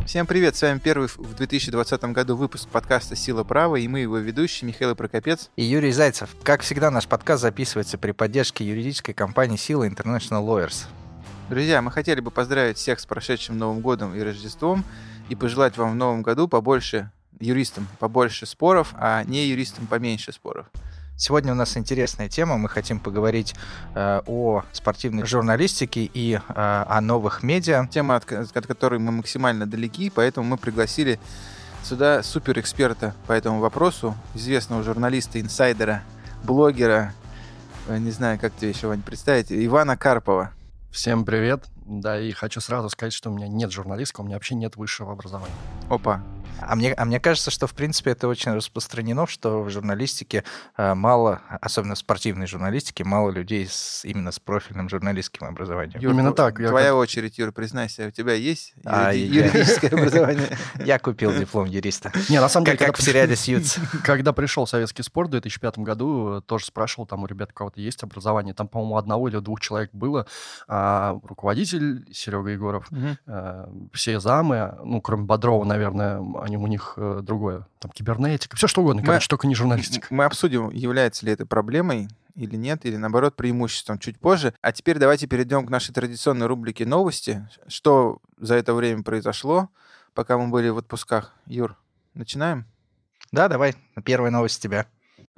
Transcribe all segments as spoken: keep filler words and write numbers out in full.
Всем привет, с вами первый в две тысячи двадцатом году выпуск подкаста «Сила права», и мы его ведущие Михаил Прокопец и Юрий Зайцев. Как всегда, наш подкаст записывается при поддержке юридической компании «Сила International Lawyers». Друзья, мы хотели бы поздравить всех с прошедшим Новым годом и Рождеством и пожелать вам в Новом году побольше юристам, побольше споров, а не юристам поменьше споров. Сегодня у нас интересная тема. Мы хотим поговорить э, о спортивной журналистике и э, о новых медиа. Тема, от, от которой мы максимально далеки, поэтому мы пригласили сюда суперэксперта по этому вопросу, известного журналиста, инсайдера, блогера, не знаю, как тебе еще, Вань, представить, Ивана Карпова. Всем привет. Да, и хочу сразу сказать, что у меня нет журналистского, у меня вообще нет высшего образования. Опа. А мне, а мне кажется, что, в принципе, это очень распространено, что в журналистике э, мало, особенно в спортивной журналистике, мало людей с, именно с профильным журналистским образованием. Юр, именно тв- так. Твоя как... очередь, Юр, признайся, у тебя есть юриди- А, юридическое образование? Я купил диплом юриста. Не, на самом деле, как в сериале «Сьюз». Когда пришел советский спорт в две тысячи пятом году, тоже спрашивал, там у ребят у кого-то есть образование. Там, по-моему, одного или двух человек было. А руководитель Серега Егоров, угу. все замы, ну, кроме Бодрова, наверное, они у них другое. Там кибернетика, все что угодно, мы, короче, только не журналистика. Мы обсудим, является ли это проблемой или нет, или, наоборот, преимуществом чуть позже. А теперь давайте перейдем к нашей традиционной рубрике «Новости». Что за это время произошло, пока мы были в отпусках? Юр, начинаем? Да, давай. Первая новость с тебя.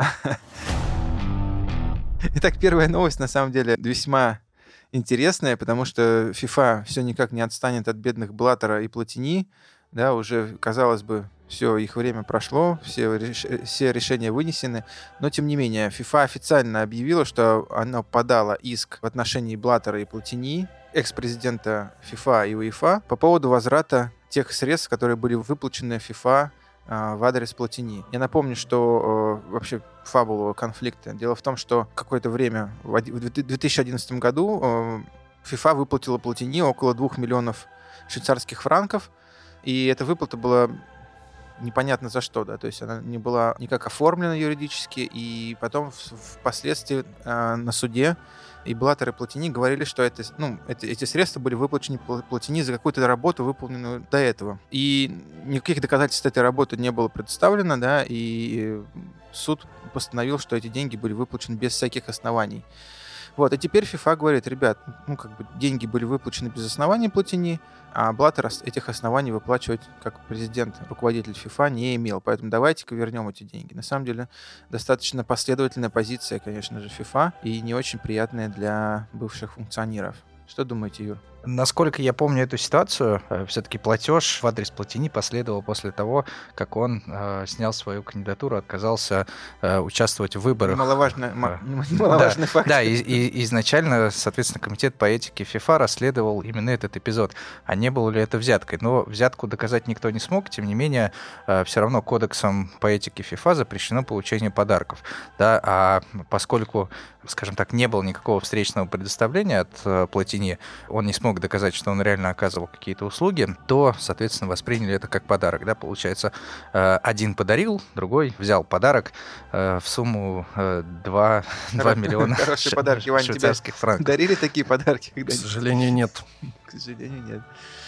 Итак, первая новость, на самом деле, весьма интересная, потому что FIFA все никак не отстанет от бедных Блаттера и Платини. Да, уже, казалось бы, все, их время прошло, все, реш... все решения вынесены, но, тем не менее, FIFA официально объявила, что она подала иск в отношении Блаттера и Платини, экс-президента FIFA и УЕФА, по поводу возврата тех средств, которые были выплачены FIFA э, в адрес Платини. Я напомню, что э, вообще фабула конфликта. Дело в том, что какое-то время, в две тысячи одиннадцатом году, э, FIFA выплатила Платини около двух миллионов швейцарских франков, и эта выплата была непонятно за что, да, то есть она не была никак оформлена юридически, и потом впоследствии э, на суде и Блаттер, и Платини говорили, что это, ну, это, эти средства были выплачены Платини за какую-то работу, выполненную до этого. И никаких доказательств этой работы не было предоставлено, да, и суд постановил, что эти деньги были выплачены без всяких оснований. Вот, и теперь FIFA говорит, ребят, ну, как бы деньги были выплачены без оснований Платини, а Блаттер этих оснований выплачивать как президент, руководитель FIFA не имел. Поэтому давайте-ка вернем эти деньги. На самом деле, достаточно последовательная позиция, конечно же, FIFA, и не очень приятная для бывших функционеров. Что думаете, Юр? Насколько я помню эту ситуацию, все-таки платеж в адрес Платини последовал после того, как он э, снял свою кандидатуру, отказался э, участвовать в выборах. Немаловажный, э, немаловажный да, факт. Да, и, и изначально, соответственно, комитет по этике FIFA расследовал именно этот эпизод. А не было ли это взяткой? Но взятку доказать никто не смог. Тем не менее, э, все равно кодексом по этике FIFA запрещено получение подарков. Да, а поскольку, скажем так, не было никакого встречного предоставления от э, Платини, он не смог доказать, что он реально оказывал какие-то услуги, то, соответственно, восприняли это как подарок. Да? Получается, один подарил, другой взял подарок в сумму два миллиона Хороший подарок, Иван, швейцарских франков. Дарили такие подарки? К сожалению, нет. К сожалению, нет.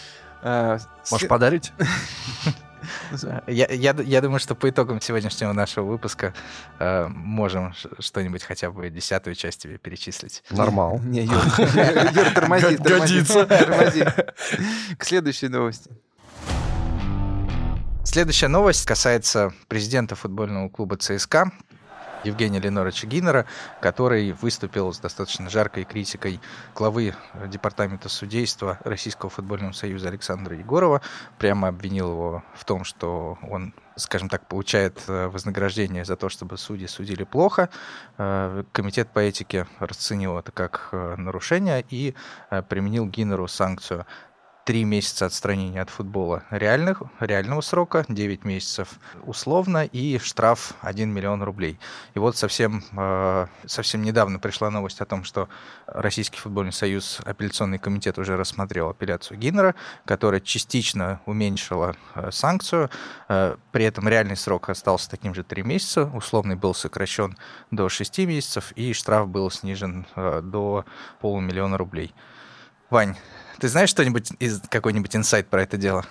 Можешь подарить? Я, я, я думаю, что по итогам сегодняшнего нашего выпуска э, можем что-нибудь хотя бы десятую часть тебе перечислить. Нормал. Не, Юр, Юр, тормози, Годится. тормози. К следующей новости. Следующая новость касается президента футбольного клуба ЦСКА Евгения Леноровича Гиннера, который выступил с достаточно жаркой критикой главы департамента судейства Российского футбольного союза Александра Егорова, прямо обвинил его в том, что он, скажем так, получает вознаграждение за то, чтобы судьи судили плохо. Комитет по этике расценил это как нарушение и применил Гиннеру санкцию три месяца отстранения от футбола реальных, реального срока, девять месяцев условно и штраф один миллион рублей. И вот совсем, совсем недавно пришла новость о том, что Российский футбольный союз, апелляционный комитет уже рассмотрел апелляцию Гиннера, которая частично уменьшила санкцию. При этом реальный срок остался таким же три месяца, условный был сокращен до шести месяцев и штраф был снижен до полумиллиона рублей. Вань, ты знаешь что-нибудь, из какой-нибудь инсайт про это дело?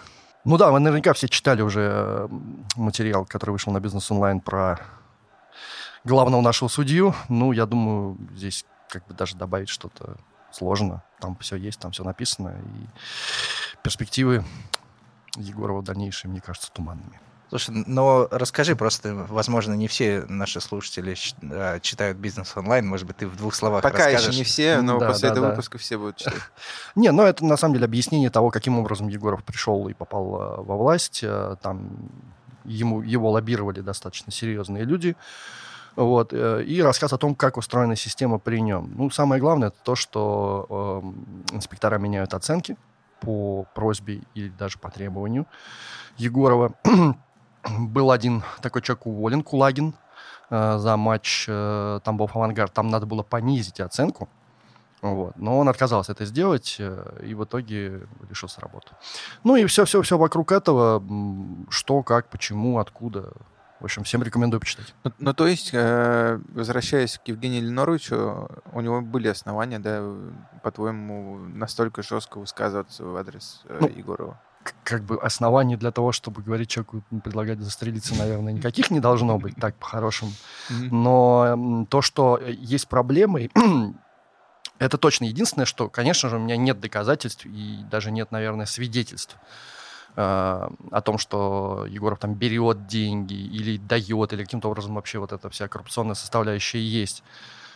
Ну да, вы наверняка все читали уже материал, который вышел на Бизнес Онлайн про главного нашего судью. Ну, я думаю, здесь как бы даже добавить что-то сложно. Там все есть, там все написано. И перспективы Егорова дальнейшие, мне кажется, туманными. Слушай, но расскажи просто, возможно, не все наши слушатели читают Бизнес Онлайн, может быть, ты в двух словах Пока расскажешь. еще не все, но да, после да, этого да. выпуска все будут читать. Не, ну это на самом деле объяснение того, каким образом Егоров пришел и попал во власть. Там ему, его лоббировали достаточно серьезные люди. Вот, и рассказ о том, как устроена система при нем. Ну, самое главное, это то, что э, инспектора меняют оценки по просьбе или даже по требованию Егорова. Был один такой человек уволен, Кулагин, э, за матч э, Тамбов-Авангард. Там надо было понизить оценку, вот, но он отказался это сделать э, и в итоге лишился работы. Ну и все-все-все вокруг этого, что, как, почему, откуда. В общем, всем рекомендую почитать. Ну, ну то есть, э, возвращаясь к Евгению Леноровичу, у него были основания, да, по-твоему, настолько жестко высказываться в адрес э, ну, Егорова? Как бы оснований для того, чтобы говорить человеку, предлагать застрелиться, наверное, никаких не должно быть, так по-хорошему. Но то, что есть проблемы, это точно единственное, что, конечно же, у меня нет доказательств и даже нет, наверное, свидетельств о том, что Егоров там берет деньги или дает, или каким-то образом вообще вот эта вся коррупционная составляющая есть.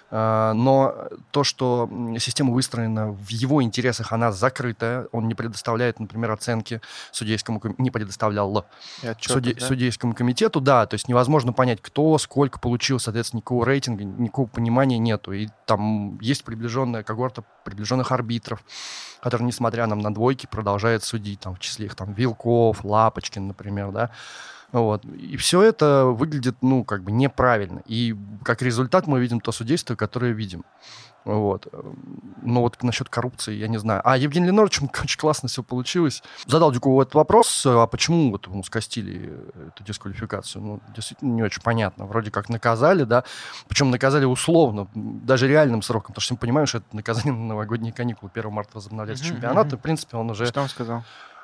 Но то, что система выстроена в его интересах, она закрытая, он не предоставляет, например, оценки судейскому, не предоставлял отчеты, суде, да? судейскому комитету, да, то есть невозможно понять, кто сколько получил, соответственно, никакого рейтинга, никакого понимания нету, и там есть приближенная когорта приближенных арбитров, которые, несмотря нам на двойки, продолжают судить, там, в числе их там Вилков, Лапочкин, например, да. Вот. И все это выглядит, ну, как бы неправильно. И как результат мы видим то судейство, которое видим. Вот. Но вот насчет коррупции, я не знаю. А Евгений Ленорович, очень классно все получилось. Задал Дюкову этот вопрос, а почему вот ему скостили эту дисквалификацию? Ну, действительно, не очень понятно. Вроде как наказали, да, причем наказали условно, даже реальным сроком, потому что мы понимаем, что это наказание на новогодние каникулы. первого марта возобновляется uh-huh, чемпионат, uh-huh. и, в принципе, он уже... Что он сказал?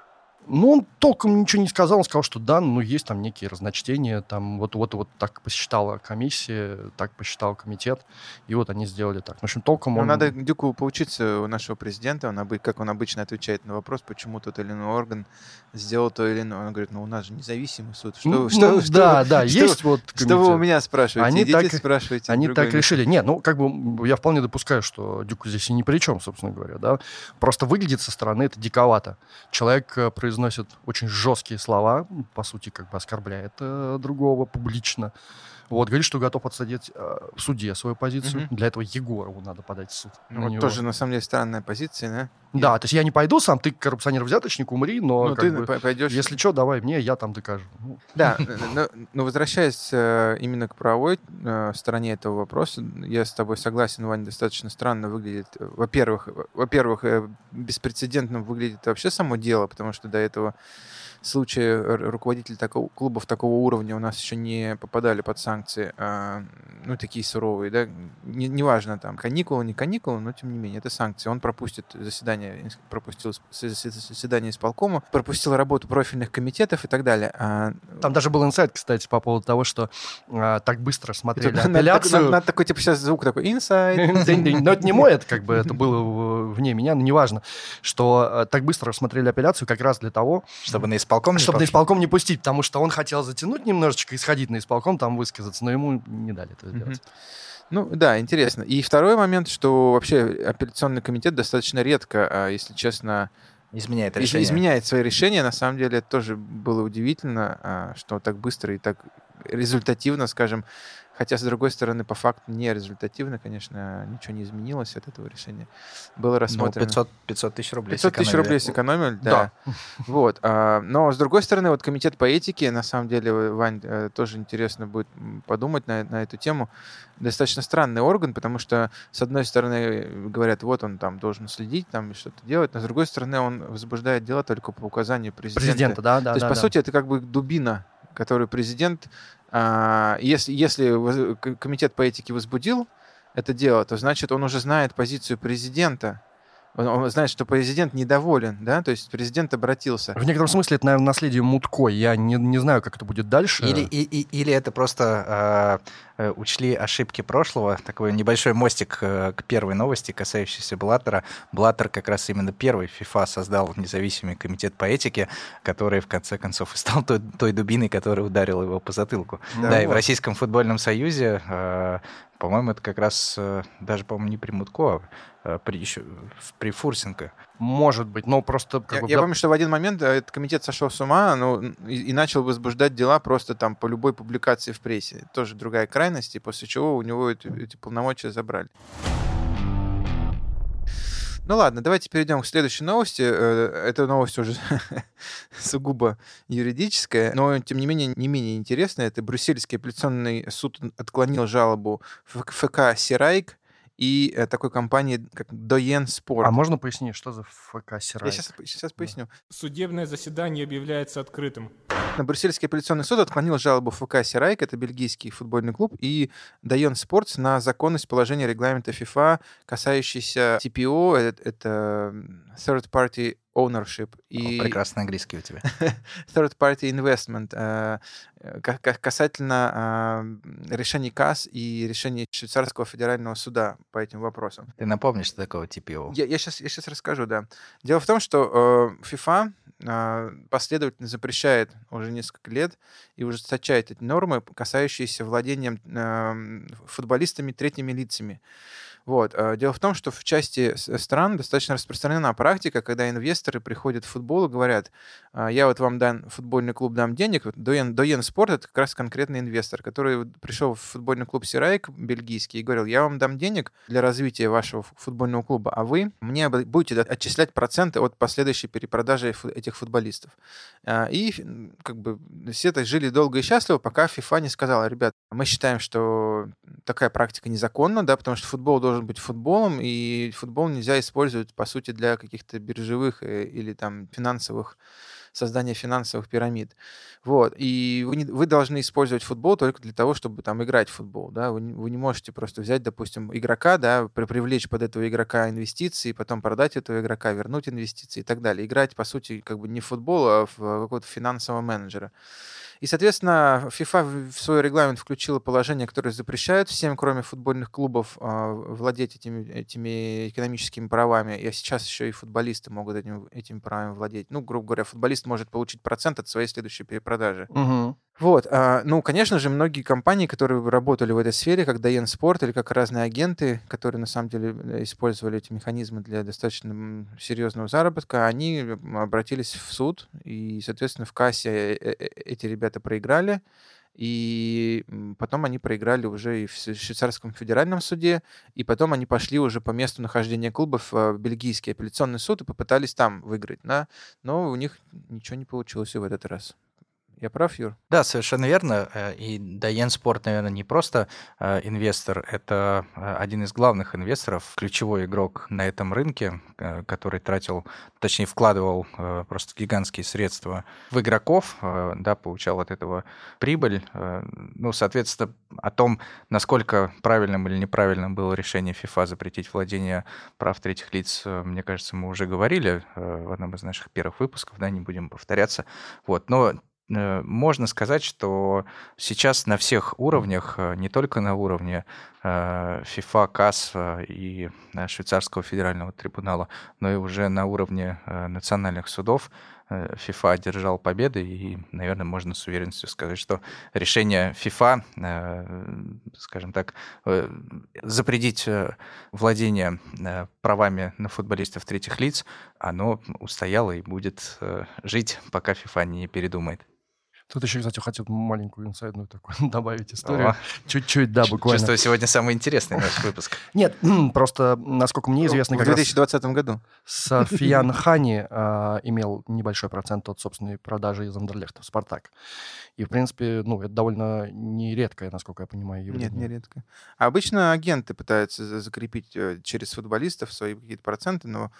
Ну, он толком ничего не сказал. Он сказал, что да, ну, есть там некие разночтения. Там вот, вот, вот так посчитала комиссия, так посчитал комитет. И вот они сделали так. В общем, толком ну, он... Надо Дюкову поучиться у нашего президента. Он, как он обычно отвечает на вопрос, почему тот или иной орган сделал то или иное. Он говорит, ну, у нас же независимый суд. Что, ну, что, ну, что, да, что, да, что, есть вот комитет. Что вы у меня спрашиваете? Они Идите так, спрашивайте. Они так место. решили. Нет, ну, как бы я вполне допускаю, что Дюк здесь и ни при чем, собственно говоря. Да? Просто выглядит со стороны это диковато. Человек произносит очень жесткие слова, по сути, как бы оскорбляет э, другого публично. Вот, говорит, что готов отсадить э, в суде свою позицию. Mm-hmm. Для этого Егорову надо подать в суд. Ну, вот тоже, на самом деле, странная позиция, да? Да, то есть я не пойду сам, ты коррупционер-взяточник, умри, но ну, как ты бы, пойдешь... если что, давай мне, я там докажу. Да, но, но возвращаясь э, именно к правовой э, стороне этого вопроса, я с тобой согласен, Ваня, достаточно странно выглядит. Во-первых, во-первых, э, беспрецедентно выглядит вообще само дело, потому что до этого случая руководители такого, клубов такого уровня у нас еще не попадали под санкции, а, ну, такие суровые, да, не, неважно, там, каникулы, не каникулы, но, тем не менее, это санкции. Он пропустит заседание, пропустил заседание исполкома, пропустил работу профильных комитетов и так далее. А... Там даже был инсайт, кстати, по поводу того, что а, так быстро смотрели это, апелляцию. Надо, надо такой, типа, сейчас звук такой, инсайт. Но это не мой, это как бы, это было вне меня, но неважно, что так быстро смотрели апелляцию как раз для того, чтобы на исполком Чтобы на исполком не пустить, потому что он хотел затянуть немножечко и сходить на исполком, там высказаться, но ему не дали это сделать. Mm-hmm. Ну да, интересно. И второй момент, что вообще апелляционный комитет достаточно редко, если честно, изменяет решение. Изменяет свои решения. На самом деле это тоже было удивительно, что так быстро и так результативно, скажем. Хотя, с другой стороны, по факту не результативно, конечно, ничего не изменилось от этого решения. Было рассмотрено... Ну, пятьсот тысяч рублей пятьсот тысяч рублей сэкономили, да. да. Вот. Но, с другой стороны, вот комитет по этике, на самом деле, Вань, тоже интересно будет подумать на, на эту тему. Достаточно странный орган, потому что, с одной стороны, говорят, вот он там должен следить, там что-то делать, но, с другой стороны, он возбуждает дела только по указанию президента. Президента, да, да. То есть, да, по да. сути, это как бы дубина, которую президент... Если, если комитет по этике возбудил это дело, то значит он уже знает позицию президента Он, он знает, что президент недоволен, да, то есть президент обратился. В некотором смысле это, наверное, наследие Мутко. Я не, не знаю, как это будет дальше. Или, и, и, или это просто э, э, учли ошибки прошлого. Такой небольшой мостик э, к первой новости, касающейся Блаттера. Блаттер как раз именно первый FIFA создал независимый комитет по этике, который в конце концов и стал той, той дубиной, которая ударила его по затылку. Да, да вот. И в Российском футбольном союзе, э, по-моему, это как раз э, даже, по-моему, не при Мутко, а при, еще, при Фурсенко. Может быть, но просто... Как я бы, я да... помню, что в один момент этот комитет сошел с ума, ну, и, и начал возбуждать дела просто там по любой публикации в прессе. Тоже другая крайность, и после чего у него эти, эти полномочия забрали. Ну ладно, давайте перейдем к следующей новости. Эта новость уже сугубо юридическая, но тем не менее не менее интересная. Это Брюссельский апелляционный суд отклонил жалобу ФК «Сирайк» и такой компании, как Доен Спорт. А можно пояснить, что за ФК «Сирайк»? Я сейчас, сейчас поясню. Судебное заседание объявляется открытым. Брюссельский апелляционный суд отклонил жалобу ФК «Сирайк», это бельгийский футбольный клуб, и Доен Спортс на законность положения регламента FIFA, касающийся ти пи о, это, это Third Party Ownership. И... О, прекрасный английский у тебя. Third Party Investment. Касательно решений КАС и решений Швейцарского федерального суда по этим вопросам. Ты напомнишь, что такое ти пи о? Я, я, сейчас, я сейчас расскажу, да. Дело в том, что э, FIFA э, последовательно запрещает уже несколько лет и ужесточает эти нормы, касающиеся владения э, футболистами третьими лицами. Вот. Дело в том, что в части стран достаточно распространена практика, когда инвесторы приходят в футбол и говорят: я вот вам дам, футбольный клуб дам денег. Доен, Доен Спорт — это как раз конкретный инвестор, который пришел в футбольный клуб «Сирайк» бельгийский и говорил: я вам дам денег для развития вашего футбольного клуба, а вы мне будете отчислять проценты от последующей перепродажи этих футболистов. И как бы все так жили долго и счастливо, пока FIFA не сказала: ребят, мы считаем, что такая практика незаконна, да, потому что футбол должен быть футболом, и футбол нельзя использовать, по сути, для каких-то биржевых или там финансовых, создания финансовых пирамид. Вот. И вы, не, вы должны использовать футбол только для того, чтобы там играть в футбол, да. Вы, вы не можете просто взять, допустим, игрока, да, привлечь под этого игрока инвестиции, потом продать этого игрока, вернуть инвестиции и так далее. Играть, по сути, как бы не в футбол, а в какого-то финансового менеджера. И, соответственно, FIFA в свой регламент включила положение, которое запрещает всем, кроме футбольных клубов, владеть этими, этими экономическими правами. И сейчас еще и футболисты могут этим, этими правами владеть. Ну, грубо говоря, футболист может получить процент от своей следующей перепродажи. Угу. Вот. Ну, конечно же, многие компании, которые работали в этой сфере, как Доен Спорт или как разные агенты, которые на самом деле использовали эти механизмы для достаточно серьезного заработка, они обратились в суд, и, соответственно, в кассе эти ребята проиграли, и потом они проиграли уже и в Швейцарском федеральном суде, и потом они пошли уже по месту нахождения клубов в бельгийский апелляционный суд и попытались там выиграть, да? Но у них ничего не получилось и в этот раз. Я прав, Юр? Да, совершенно верно. И Доен Спорт, наверное, не просто инвестор, это один из главных инвесторов, ключевой игрок на этом рынке, который тратил, точнее, вкладывал просто гигантские средства в игроков, да, получал от этого прибыль. Ну, соответственно, о том, насколько правильным или неправильным было решение FIFA запретить владение прав третьих лиц, мне кажется, мы уже говорили в одном из наших первых выпусков, да, не будем повторяться. Вот, но можно сказать, что сейчас на всех уровнях, не только на уровне FIFA, КАС и Швейцарского федерального трибунала, но и уже на уровне национальных судов FIFA одержал победы, и, наверное, можно с уверенностью сказать, что решение FIFA, скажем так, запретить владение правами на футболистов третьих лиц, оно устояло и будет жить, пока FIFA не передумает. Тут еще, кстати, хотел маленькую инсайдную такую добавить историю. О, чуть-чуть, да, буквально. Чувствую, сегодня самый интересный наш выпуск. Нет, просто, насколько мне известно, как в две тысячи двадцатом году Софьян Хани а, имел небольшой процент от собственной продажи из Андерлехта в «Спартак». И, в принципе, ну, это довольно нередкое, насколько я понимаю, явление. Нет, нередко. А обычно агенты пытаются закрепить через футболистов свои какие-то проценты, но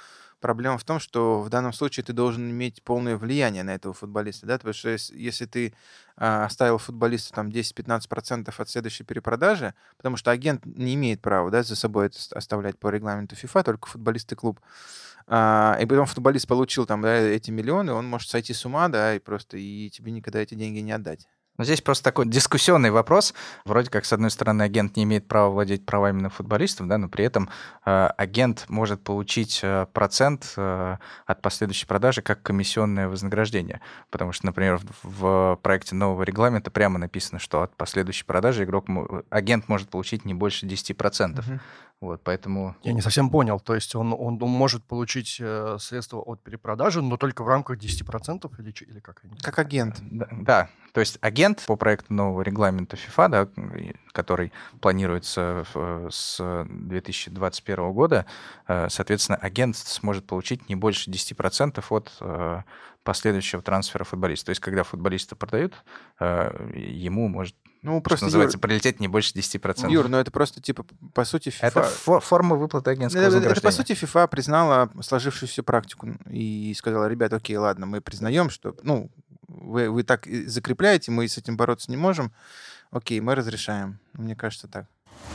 проблема в том, что в данном случае ты должен иметь полное влияние на этого футболиста, да, потому что если, если ты а, оставил футболисту там десять-пятнадцать процентов от следующей перепродажи, потому что агент не имеет права, да, за собой это оставлять по регламенту FIFA, только футболист и клуб, а, и потом футболист получил там, да, эти миллионы, он может сойти с ума, да, и просто и тебе никогда эти деньги не отдать. Но здесь просто такой дискуссионный вопрос. Вроде как, с одной стороны, агент не имеет права владеть правами на футболистов, да, но при этом э, агент может получить э, процент э, от последующей продажи как комиссионное вознаграждение. Потому что, например, в, в проекте нового регламента прямо написано, что от последующей продажи игрок, агент может получить не больше десять процентов. Uh-huh. Вот, поэтому... Я не совсем понял. То есть он, он, он может получить э, средства от перепродажи, но только в рамках десять процентов или, или как? Как агент. Да, да, то есть агент по проекту нового регламента FIFA, да, который планируется с две тысячи двадцать первого года, соответственно, агент сможет получить не больше десять процентов от последующего трансфера футболиста. То есть когда футболиста продают, ему может... Ну, просто, что называется, Юр, прилететь не больше десять процентов. Юр, ну это просто, типа, по сути, FIFA... Это фо- форма выплаты агентского вознаграждения. Это, по сути, FIFA признала сложившуюся практику и сказала, ребят, окей, ладно, мы признаем, что, ну, вы, вы так закрепляете, мы с этим бороться не можем, окей, мы разрешаем. Мне кажется, так.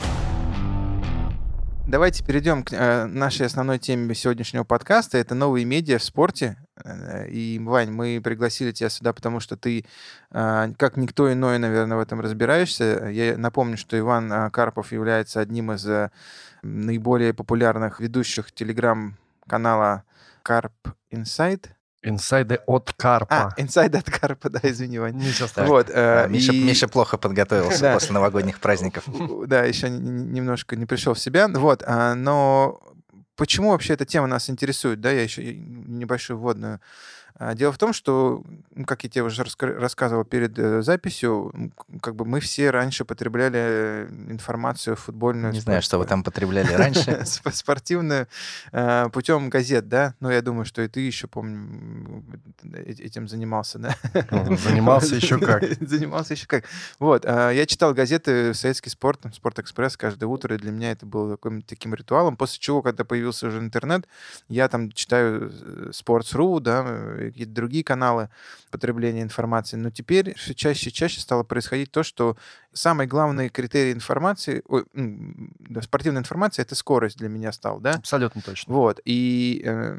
Давайте перейдем к э, нашей основной теме сегодняшнего подкаста. Это новые медиа в спорте. И, Вань, мы пригласили тебя сюда, потому что ты, э, как никто иной, наверное, в этом разбираешься. Я напомню, что Иван Карпов является одним из э, наиболее популярных ведущих телеграм-канала Carp Insight. Инсайды от Карпа. А, инсайды от Карпа, да, извини, Вань. Ничего страшного. Вот, э, да, Миша, и... Миша плохо подготовился да. после новогодних праздников. Да, еще немножко не пришел в себя. Вот, но почему вообще эта тема нас интересует? Да, я еще небольшую вводную. Дело в том, что, как я тебе уже рассказывал перед записью, как бы мы все раньше потребляли информацию футбольную. Не знаю, что вы там потребляли раньше. Спортивную путем газет, да? Но я думаю, что и ты еще, помню, этим занимался, да? Занимался еще как. Занимался еще как. Вот. Я читал газеты «Советский спорт», «Спортэкспресс» каждое утро, и для меня это было таким, таким ритуалом. После чего, когда появился уже интернет, я там читаю Sports.ru, да, какие-то другие каналы потребления информации. Но теперь все чаще и чаще стало происходить то, что самый главный критерий информации, ой, да, спортивной информации, это скорость для меня стал, да? Абсолютно точно. Вот. И э,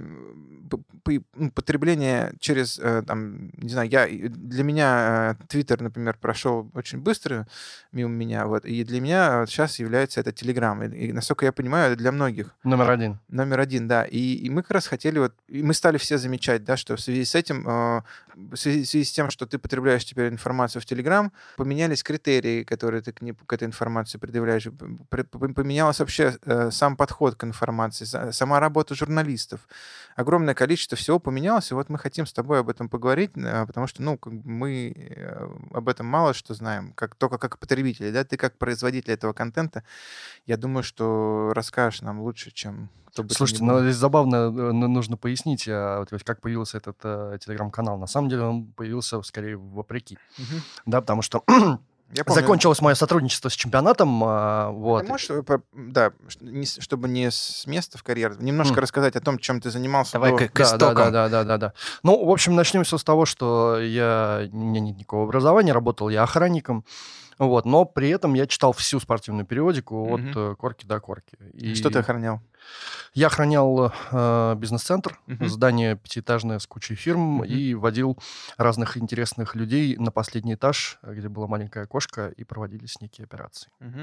потребление через, э, там, не знаю, я, для меня Твиттер, например, прошел очень быстро мимо меня, вот, и для меня сейчас является это Телеграм. И, и, насколько я понимаю, это для многих. Номер один. Номер один, да. И, и мы как раз хотели, вот, и мы стали все замечать, да, что в связи с этим, э, в связи, в связи с тем, что ты потребляешь теперь информацию в Телеграм, поменялись критерии, которые ты к, не, к этой информации предъявляешь. Поменялся вообще э, сам подход к информации, сама работа журналистов. Огромное количество всего поменялось, и вот мы хотим с тобой об этом поговорить, э, потому что, ну, как бы мы э, об этом мало что знаем, как, только как потребители, да, ты как производитель этого контента, я думаю, что расскажешь нам лучше, чем кто бы. Слушайте, ну здесь забавно, нужно пояснить, а, вот, как появился этот а, телеграм-канал. На самом деле он появился скорее вопреки, угу. да, потому что я помню, закончилось мое сотрудничество с чемпионатом. А, вот. Ты можешь, да, не, чтобы не с места в карьеру, немножко mm. рассказать о том, чем ты занимался? Давай до... к, к истокам. Да, да, да, да, да. Ну, в общем, начнем все с того, что я, у меня нет никакого образования, работал я охранником. Вот, но при этом я читал всю спортивную периодику mm-hmm. от корки до корки. И что ты охранял? Я охранял э, бизнес-центр, mm-hmm. здание пятиэтажное с кучей фирм, mm-hmm. и водил разных интересных людей на последний этаж, где была маленькая окошко, и проводились некие операции. Mm-hmm.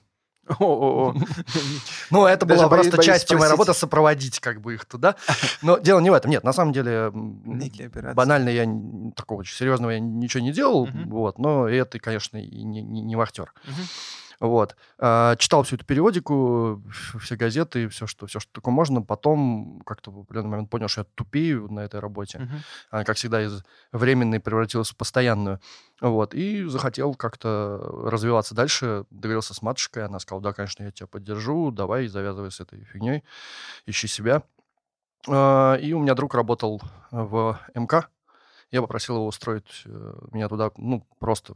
О-о-о. Ну, это была просто частью моей работы сопроводить как бы их туда. Но дело не в этом. Нет, на самом деле, банально я такого очень серьезного я ничего не делал, вот, но это, конечно, и не вахтер. Вот. Читал всю эту периодику, все газеты, все, что, все, что только можно. Потом как-то в определенный момент понял, что я тупею на этой работе. Uh-huh. Она, как всегда, из временной превратилась в постоянную. Вот. И захотел как-то развиваться дальше. Договорился с матушкой. Она сказала, да, конечно, я тебя поддержу. Давай, завязывай с этой фигней. Ищи себя. И у меня друг работал в МК. Я попросил его устроить меня туда, ну, просто...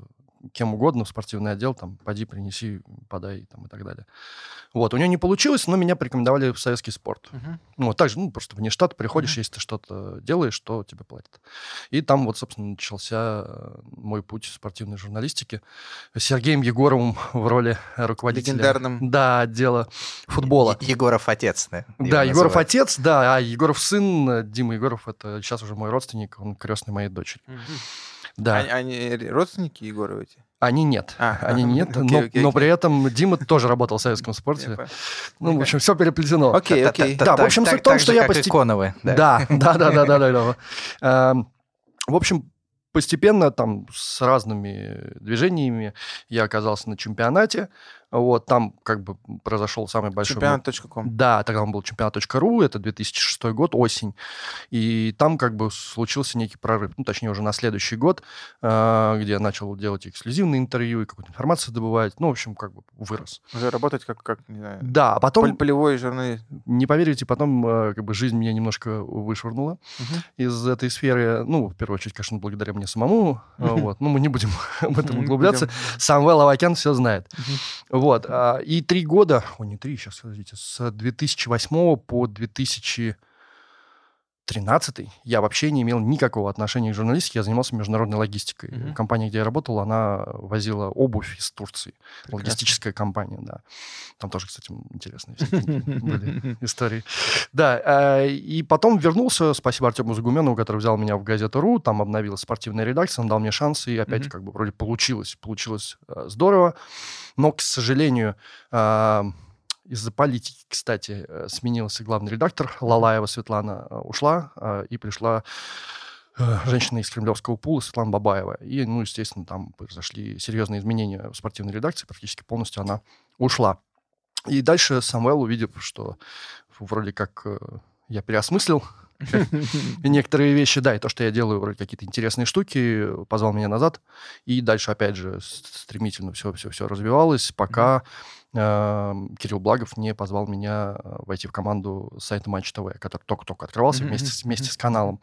кем угодно в спортивный отдел, там, поди, принеси, подай, там, и так далее. Вот, у нее не получилось, но меня порекомендовали в советский спорт. Uh-huh. Вот, также, ну, просто вне штата приходишь, uh-huh. если ты что-то делаешь, что тебе платят. И там вот, собственно, начался мой путь в спортивной журналистике с Сергеем Егоровым в роли руководителя. Легендарным. Да, отдела футбола. Е- Егоров отец, да? Да, Егоров отец, да, а Егоров сын, Дима Егоров, это сейчас уже мой родственник, он крестный моей дочери. Uh-huh. Да. Они, они родственники Егоровы эти? Они нет, а, они нет, okay, но, okay, но okay. при этом Дима тоже работал в советском спорте. Ну, в общем, все переплетено. Окей, окей. Да, в общем, суть в том, что я постепенно... Да, да, да, да, да. В общем, постепенно там с разными движениями я оказался на чемпионате. Вот, там как бы произошел самый большой... чемпионат точка ком. Да, тогда он был чемпионат точка ру, это две тысячи шестой год, осень. И там как бы случился некий прорыв. Ну, точнее, уже на следующий год, э, где я начал делать эксклюзивные интервью и какую-то информацию добывать. Ну, в общем, как бы вырос. Уже работать как, как не знаю... Да, а потом... Полевой журналист. Не поверите, потом э, как бы жизнь меня немножко вышвырнула uh-huh. из этой сферы. Ну, в первую очередь, конечно, благодаря мне самому. Uh-huh. Вот. Ну, мы не будем об этом углубляться. Самвел Авакян все знает. Uh-huh. Вот, и три года, о, не три, сейчас, подождите, с две тысячи восьмого по две тысячи тринадцатый я вообще не имел никакого отношения к журналистике, я занимался международной логистикой. Mm-hmm. Компания, где я работал, она возила обувь из Турции. Прекрасно. Логистическая компания, да. Там тоже, кстати, интересные были истории. Да, и потом вернулся, спасибо Артему Загуменову, который взял меня в газету.ру, там обновилась спортивная редакция, он дал мне шанс, и опять как бы вроде получилось, получилось здорово. Но, к сожалению, из-за политики, кстати, сменился главный редактор. Лалаева Светлана ушла, и пришла женщина из кремлевского пула Светлана Бабаева. И, ну, естественно, там произошли серьезные изменения в спортивной редакции. Практически полностью она ушла. И дальше Самвел, увидев, что вроде как я переосмыслил некоторые вещи, да, и то, что я делаю вроде какие-то интересные штуки, позвал меня назад. И дальше, опять же, стремительно все-все-все развивалось, пока э, Кирилл Благов не позвал меня войти в команду сайта Матч ТВ, который только-только открывался вместе, вместе с каналом.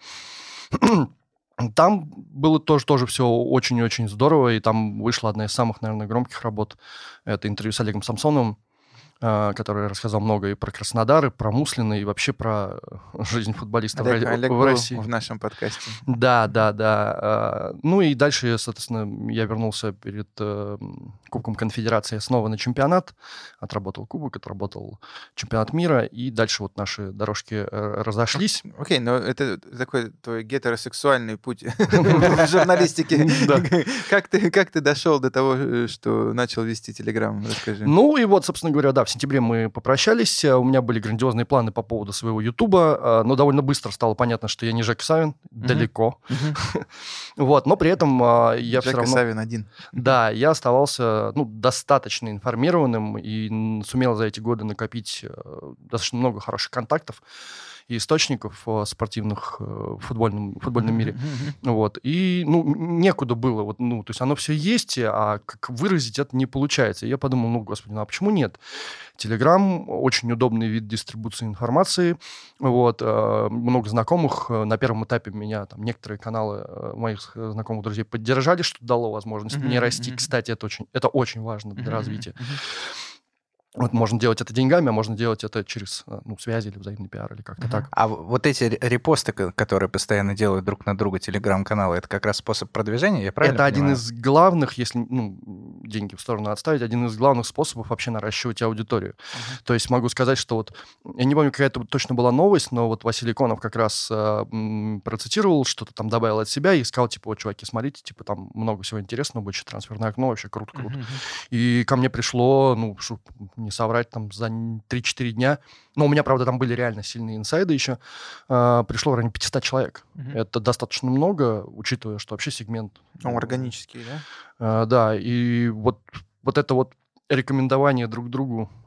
Там было тоже, тоже все очень-очень здорово, и там вышла одна из самых, наверное, громких работ. Это интервью с Олегом Самсоновым, который рассказал много и про Краснодар, и про Муслина, и вообще про жизнь футболистов Олег, в, Олег в России. в нашем подкасте. Да, да, да. Ну и дальше, соответственно, я вернулся перед э, Кубком Конфедерации снова на чемпионат, отработал Кубок, отработал чемпионат мира, и дальше вот наши дорожки разошлись. Окей, okay, но это такой твой гетеросексуальный путь в журналистике. Как ты дошел до того, что начал вести Телеграм? Расскажи. Ну и вот, собственно говоря, да, в сентябре мы попрощались, у меня были грандиозные планы по поводу своего Ютуба, но довольно быстро стало понятно, что я не Жека Савин, uh-huh. далеко. Uh-huh. Вот, но при этом я Жека все равно... Жека Савин один. Да, я оставался ну, достаточно информированным и сумел за эти годы накопить достаточно много хороших контактов и источников спортивных в футбольном, в футбольном мире. Mm-hmm. Вот. И ну, некуда было. Вот, ну, то есть оно все есть, а как выразить это не получается. И я подумал, ну, господи, ну а почему нет? Телеграм — очень удобный вид дистрибуции информации. Вот. Много знакомых. На первом этапе меня там некоторые каналы моих знакомых друзей поддержали, что дало возможность mm-hmm. мне расти. Mm-hmm. Кстати, это очень, это очень важно для mm-hmm. развития. Mm-hmm. Вот можно делать это деньгами, а можно делать это через ну, связи или взаимный пиар, или как-то uh-huh. так. А вот эти репосты, которые постоянно делают друг на друга телеграм-каналы, это как раз способ продвижения, я правильно Это понимаю? один из главных, если ну, деньги в сторону отставить, один из главных способов вообще наращивать аудиторию. Uh-huh. То есть могу сказать, что вот, я не помню, какая это точно была новость, но вот Василий Конов как раз э, процитировал, что-то там добавил от себя и сказал, типа, вот, чуваки, смотрите, типа, там много всего интересного, будет трансферное окно, вообще круто-круто. Uh-huh. И ко мне пришло, ну, шо, не соврать, там за три-четыре дня. Но у меня, правда, там были реально сильные инсайды еще. Э, пришло в районе пятьсот человек. Uh-huh. Это достаточно много, учитывая, что вообще сегмент... Он органический, да? Э, да, и вот, вот это вот рекомендование друг другу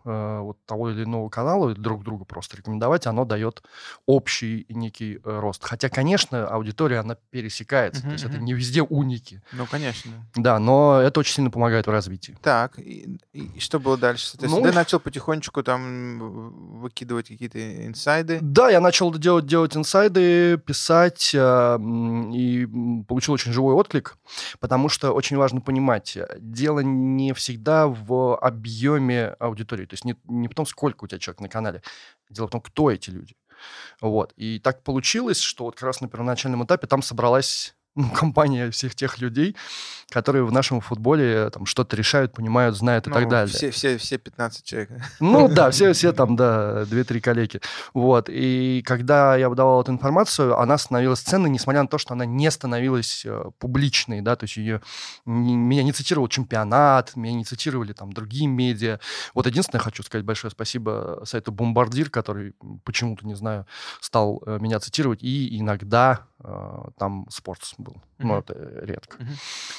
э, вот того или иного канала, друг друга просто рекомендовать, оно дает общий некий э, рост. Хотя, конечно, аудитория, она пересекается, Мгм, то есть это мгм. не везде уники. Ну, конечно. Да, но это очень сильно помогает в развитии. Так, и, и- и что было дальше? Соответственно, Ну, ты начал потихонечку там в- выкидывать какие-то инсайды. да, я начал делать, делать инсайды, писать, э, м, и м, получил очень живой отклик, потому что очень важно понимать, э, дело не всегда в объеме аудитории, то есть не, не в том, сколько у тебя человек на канале, дело в том, кто эти люди. Вот. И так получилось, что вот как раз на первоначальном этапе там собралась ну, компания всех тех людей, которые в нашем футболе там что-то решают, понимают, знают и так Ну, далее. все, все, все пятнадцать человек. Ну да, все, все там, да, две-три коллеги. Вот. И когда я выдавал эту информацию, она становилась ценной, несмотря на то, что она не становилась э, публичной, да, то есть ее, не- меня не цитировал чемпионат, меня не цитировали там другие медиа. Вот единственное, хочу сказать большое спасибо сайту «Бомбардир», который м, почему-то, не знаю, стал э, меня цитировать, и иногда э, там «Спортс» был, но Мгм. это редко. Мгм.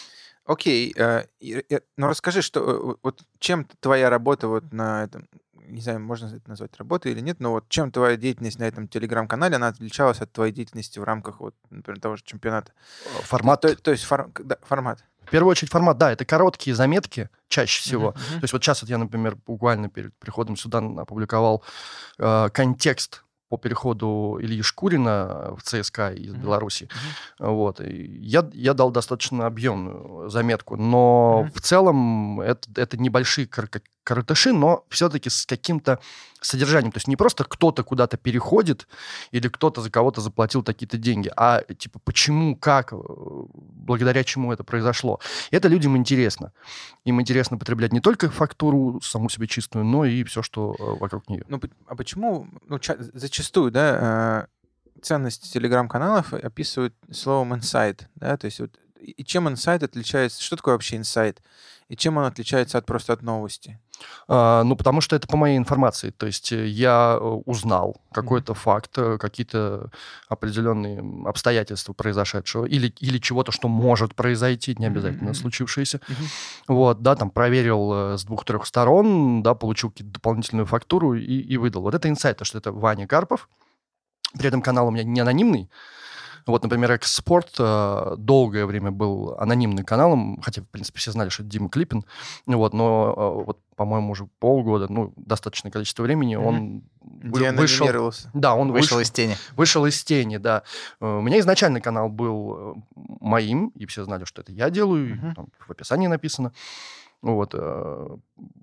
Окей, э, и- и- ну расскажи, что э, вот чем твоя работа вот на этом, не знаю, можно это назвать работой или нет, но вот чем твоя деятельность на этом телеграм-канале, она отличалась от твоей деятельности в рамках вот, например, того же чемпионата? Э, Формат. То, то есть фор- да, формат. В первую очередь формат, да, это короткие заметки чаще всего. Мгм, мгм. То есть вот сейчас вот я, например, буквально перед приходом сюда опубликовал э, контекст по переходу Ильи Шкурина в ЦСКА из Мгм. Беларуси. Мгм. Вот. И я, я дал достаточно объемную заметку, но Мгм. в целом это, это небольшие кор- коротыши, но все-таки с каким-то содержанием. То есть не просто кто-то куда-то переходит или кто-то за кого-то заплатил такие-то деньги, а типа почему, как, э, благодаря чему это произошло. И это людям интересно. Им интересно потреблять не только фактуру саму себе чистую, но и все, что э, вокруг нее. Ну, п- а почему, ну, ча- зачастую, да, э, ценность телеграм-каналов описывают словом инсайт, да, то есть вот и и чем инсайт отличается, что такое вообще инсайт, и чем он отличается от просто от новости? А, ну, потому что это по моей информации. То есть э, я э, узнал какой-то факт, э, какие-то определенные м, обстоятельства произошедшего или, или чего-то, что может произойти, не Мгм, обязательно мгм. случившееся. Мгм. Вот, да, там проверил э, с двух-трех сторон, да, получил какую-то дополнительную фактуру и, и выдал. Вот это инсайт, то, что это Ваня Карпов. При этом канал у меня не анонимный. Вот, например, «Экспорт» э, долгое время был анонимным каналом, хотя, в принципе, все знали, что это Дима Клипин. Вот, но э, вот, по-моему, уже полгода, ну, достаточное количество времени, Мгм. он вы- Где вышел... анонимировался? Да, он Вышел вышел, из тени. вышел из тени, да. Э, У меня изначально канал был э, моим, и все знали, что это я делаю, и Мгм. там в описании написано. Вот, э,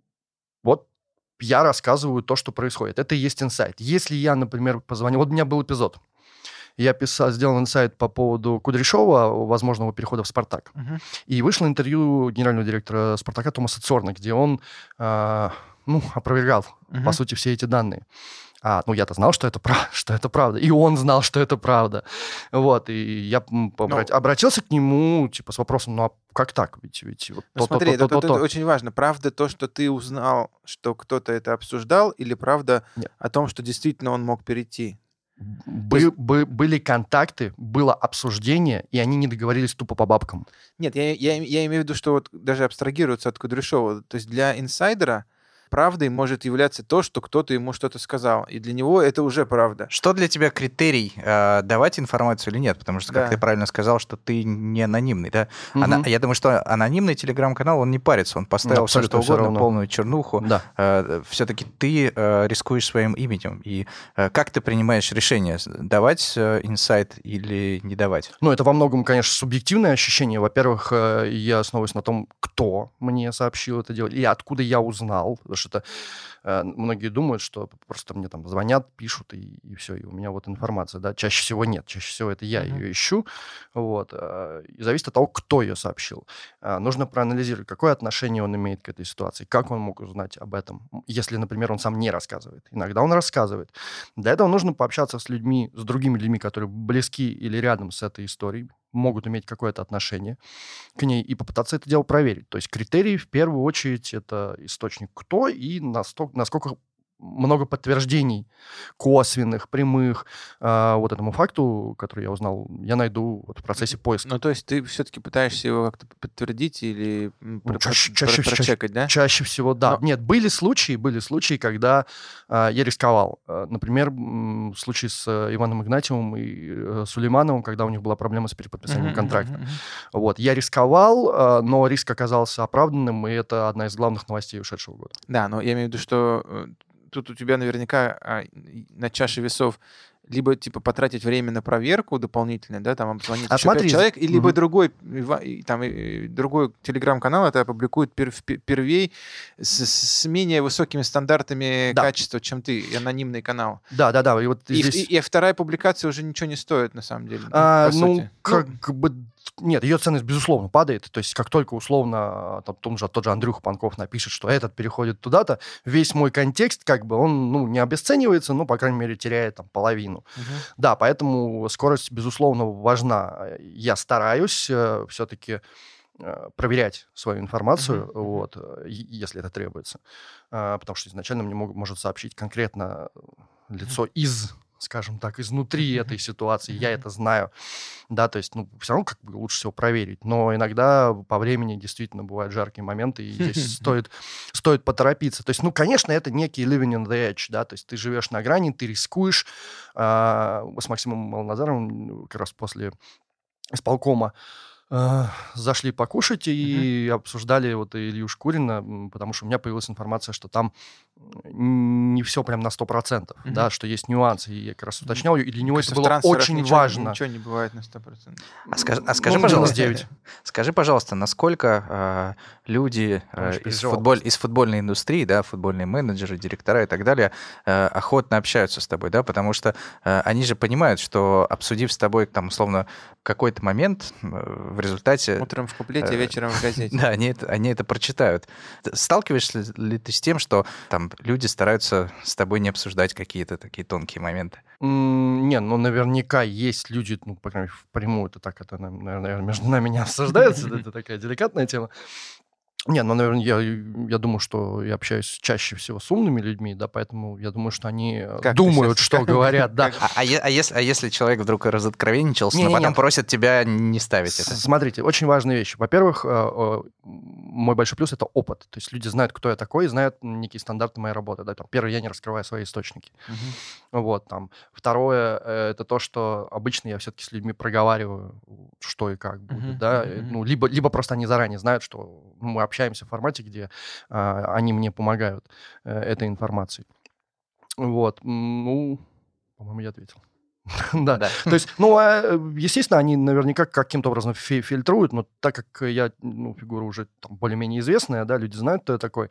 вот я рассказываю то, что происходит. Это и есть инсайт. Если я, например, позвонил... Вот у меня был эпизод. Я писал, сделал инсайт по поводу Кудряшова, возможного перехода в «Спартак». Мгм. И вышло интервью генерального директора «Спартака» Томаса Цорна, где он, а, ну, опровергал, по Мгм. сути, все эти данные. А, ну, я-то знал, что это, прав- что это правда. И он знал, что это правда. Вот, и я м, обрат- Ну, обратился к нему, типа, с вопросом, ну, а как так? Ведь, ведь вот ну смотри, это, то-то-то-то-то. это очень важно. Правда то, что ты узнал, что кто-то это обсуждал, или правда Нет. о том, что действительно он мог перейти? Бы- есть- бы- были контакты, было обсуждение, и они не договорились тупо по бабкам. Нет, я, я, я имею в виду, что вот даже абстрагируется от Кудряшова. То есть для инсайдера правдой может являться то, что кто-то ему что-то сказал. И для него это уже правда. Что для тебя критерий, э, давать информацию или нет? Потому что, как Да. ты правильно сказал, что ты не анонимный, да? Мгм. Ана- Я думаю, что анонимный телеграм-канал, он не парится, он поставил все, Абсолютно что всё угодно, равно. полную чернуху. Да. Все-таки ты э, рискуешь своим именем. И э, как ты принимаешь решение, с- давать э, инсайт или не давать? Ну, это во многом, конечно, субъективное ощущение. Во-первых, э, я основываюсь на том, кто мне сообщил это дело, и откуда я узнал. Потому что это, э, многие думают, что просто мне там звонят, пишут, и, и все, и у меня вот информация. Да? Чаще всего нет. Чаще всего это я Мгм. ее ищу. Вот, э, и зависит от того, кто ее сообщил. А, Нужно проанализировать, какое отношение он имеет к этой ситуации, как он мог узнать об этом, если, например, он сам не рассказывает. Иногда он рассказывает. Для этого нужно пообщаться с людьми, с другими людьми, которые близки или рядом с этой историей, могут иметь какое-то отношение к ней, и попытаться это дело проверить. То есть критерии в первую очередь это источник кто и настолько, насколько много подтверждений косвенных, прямых э, вот этому факту, который я узнал, я найду вот в процессе поиска. Ну, то есть ты все-таки пытаешься его как-то подтвердить или Ну, про- чаще, про- чаще, прочекать, чаще, да? чаще всего, да. Но- Нет, были случаи, были случаи, когда э, я рисковал. Э, например, м, случай с э, Иваном Игнатьевым и э, Сулеймановым, когда у них была проблема с переподписанием Мгм, контракта. мгм, мгм. Вот, я рисковал, э, но риск оказался оправданным, и это одна из главных новостей ушедшего года. Да, но я имею в виду, что э, тут у тебя наверняка а, и на чаше весов либо типа потратить время на проверку дополнительно, да, там обзвонить А еще смотри, пять человек, и либо мгм. другой Ива- и там и другой телеграм-канал это опубликует пер- в пе- первей с, с менее высокими стандартами Да. качества, чем ты, и анонимный канал. Да, да, да. И вот И, здесь... и- и вторая публикация уже ничего не стоит на самом деле, ну, А, по ну, сути. как бы... Нет, ее ценность, безусловно, падает. То есть, как только условно там, тот, же, тот же Андрюха Панков напишет, что этот переходит туда-то, весь мой контекст, как бы, он ну, не обесценивается, но, по крайней мере, теряет там половину. Мгм. Да, поэтому скорость, безусловно, важна. Я стараюсь э, все-таки э, проверять свою информацию, Мгм, мгм. вот, э, е- если это требуется. Э, потому что изначально мне мог- может сообщить конкретно лицо из, скажем так, изнутри Мгм. этой ситуации. Я Мгм. это знаю. Да, то есть, ну, все равно как бы лучше всего проверить. Но иногда по времени действительно бывают жаркие моменты, и здесь стоит, стоит поторопиться. То есть, ну, конечно, это некий living on the edge, да, то есть ты живешь на грани, ты рискуешь. А, с Максимом Малназаровым ну, как раз после исполкома э, зашли покушать и обсуждали вот Илью Шкурина, м, потому что у меня появилась информация, что там м, не все прям на сто процентов, Мгм. да, что есть нюансы. И я как раз уточнял, и для него Кажется, это в было трансферах очень ничего, важно. Ничего не бывает на сто процентов. А скажи, а скажи Ну, пожалуйста, девять. скажи, пожалуйста, насколько э, люди Он э, очень из, переживал футболь- просто. из футбольной индустрии, да, футбольные менеджеры, директора и так далее, э, охотно общаются с тобой, да, потому что э, они же понимают, что обсудив с тобой, там, условно, какой-то момент, э, в результате... Утром в куплете, Э, вечером в газете. Да, они это, они это прочитают. Т- Сталкиваешься ли ты с тем, что там люди стараются с тобой не обсуждать какие-то такие тонкие моменты? М, Не, ну наверняка есть люди, ну, по крайней мере, впрямую это так, это, наверное, между нами не обсуждается, это такая деликатная тема. Не, ну, наверное, я, я думаю, что я общаюсь чаще всего с умными людьми, да, поэтому я думаю, что они э, Как ты думают, щас- что как- говорят, да. А, а е- а если, а если человек вдруг разоткровенничался, но Не-не-не. потом просит тебя не ставить это? С- Смотрите, очень важные вещи. Во-первых, э, э, мой большой плюс — это опыт. То есть люди знают, кто я такой, и знают некие стандарты моей работы. Да? Там, первое, я не раскрываю свои источники. Мгм. Вот, там. Второе, э, это то, что обычно я все-таки с людьми проговариваю, что и как будет, Мгм, да, мгм, Э, мгм. ну, либо, либо просто они заранее знают, что ну, мы общаемся в формате, где а, они мне помогают э, этой информацией. Вот, м, ну, по-моему, я ответил. Да, Да. то есть, ну, а, э, естественно, они наверняка каким-то образом фи- фильтруют, но так как я, ну, фигура уже там более-менее известная, да, люди знают, кто я такой,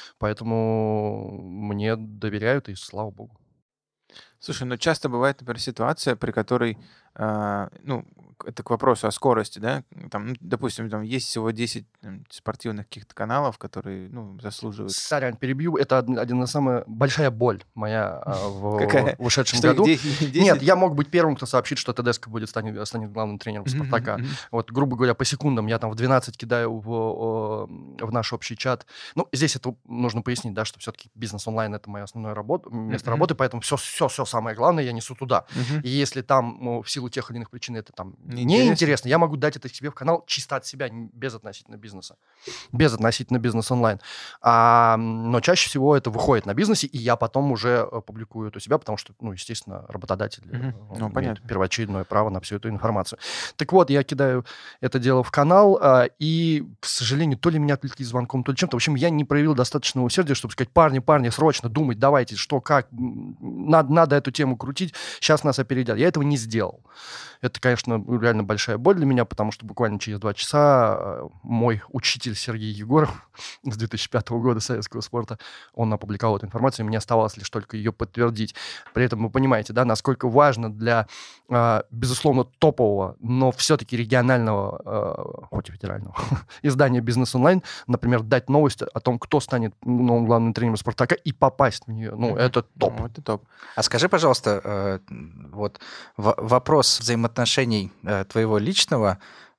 поэтому мне доверяют, и слава богу. Слушай, ну часто бывает, например, ситуация, при которой, а, ну, к- это к вопросу о скорости, да, там, ну, допустим, там есть всего десять там, спортивных каких-то каналов, которые, ну, заслуживают. Сорян, перебью, это од- один из самых большая боль моя а, в, Какая? в ушедшем Что, их году. десять? Нет, десять? я мог быть первым, кто сообщит, что Тедеско будет станет, станет главным тренером Мгм, Спартака. мгм. Вот, грубо говоря, по секундам я там в двенадцать кидаю в, о, в наш общий чат. Ну, здесь это нужно пояснить, да, что все-таки бизнес онлайн — это моя основная работа, место Мгм. работы, поэтому все, все, все самое главное я несу туда. Мгм. И если там ну, в силу тех или иных причин это там Неинтересно. неинтересно, я могу дать это себе в канал чисто от себя, н- без относительно бизнеса. Без относительно бизнес онлайн. А, м, но чаще всего это выходит на бизнесе, и я потом уже э, публикую это у себя, потому что, ну, естественно, работодатель э, Мгм. он Ну, имеет понятно. первоочередное право на всю эту информацию. Так вот, я кидаю это дело в канал, а, и, к сожалению, то ли меня отвлекли звонком, то ли чем-то. В общем, я не проявил достаточного усердия, чтобы сказать: парни, парни, срочно думать, давайте, что, как, м, надо, надо эту тему крутить, сейчас нас опередят. Я этого не сделал. Это, конечно, реально большая боль для меня, потому что буквально через два часа э, мой учитель Сергей Егоров с две тысячи пятого года советского спорта, он опубликовал эту информацию, и мне оставалось лишь только ее подтвердить. При этом вы понимаете, да, насколько важно для, э, безусловно, топового, но все-таки регионального, э, хоть и федерального, издания «Бизнес онлайн», например, дать новость о том, кто станет новым главным тренером «Спартака», и попасть в нее. Ну, Мгм. это топ. Ну, это топ. А скажи, пожалуйста, э, вот в- вопрос взаимоотношений э, твоего личного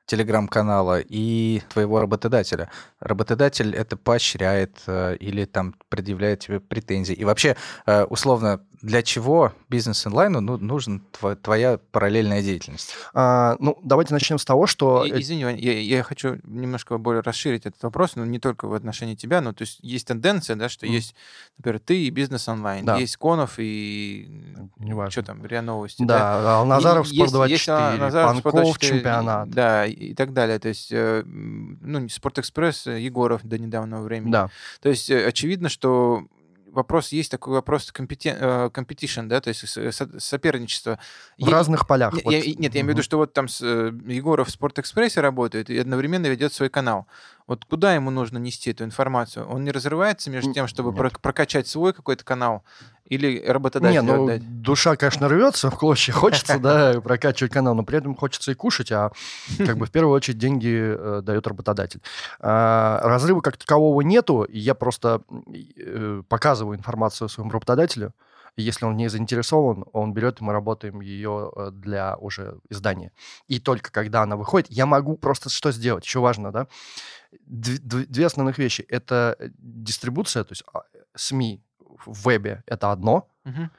телеграм-канала и твоего работодателя. Работодатель это поощряет э, или там предъявляет тебе претензии. И вообще, э, условно, для чего бизнес-онлайну ну, нужна тво- твоя параллельная деятельность? А, ну, давайте начнем с того, что... И, извини, Вань, я, я хочу немножко более расширить этот вопрос, но не только в отношении тебя, но то есть есть тенденция, да, что mm. есть, например, ты и бизнес-онлайн, да. есть Конов и... Неважно. Что там, РИА Новости. Да, да? Алназаров, Спорт двадцать четыре, Панков, чемпионат. Да, и, и так далее. То есть, э, ну, Спортэкспресс, Егоров до недавнего времени. Да. То есть, э, очевидно, что вопрос, есть такой вопрос competition, да, то есть соперничество. В я, разных полях. Я, вот. я, нет, я имею в виду, что вот там с, Егоров в Спортэкспрессе работает и одновременно ведет свой канал. Вот куда ему нужно нести эту информацию? Он не разрывается между тем, чтобы про- прокачать свой какой-то канал или работодателю не, ну, отдать? Душа, конечно, рвется в клочья, хочется, да, прокачивать канал, но при этом хочется и кушать, а как бы в первую очередь деньги э, дает работодатель. А, разрыва как такового нету, и я просто э, показываю информацию своему работодателю, и если он в ней заинтересован, он берет, и мы работаем ее для уже издания. И только когда она выходит, я могу просто что сделать? Еще важно, да? Две, две основных вещи. Это дистрибуция, то есть СМИ в вебе — это одно, uh-huh.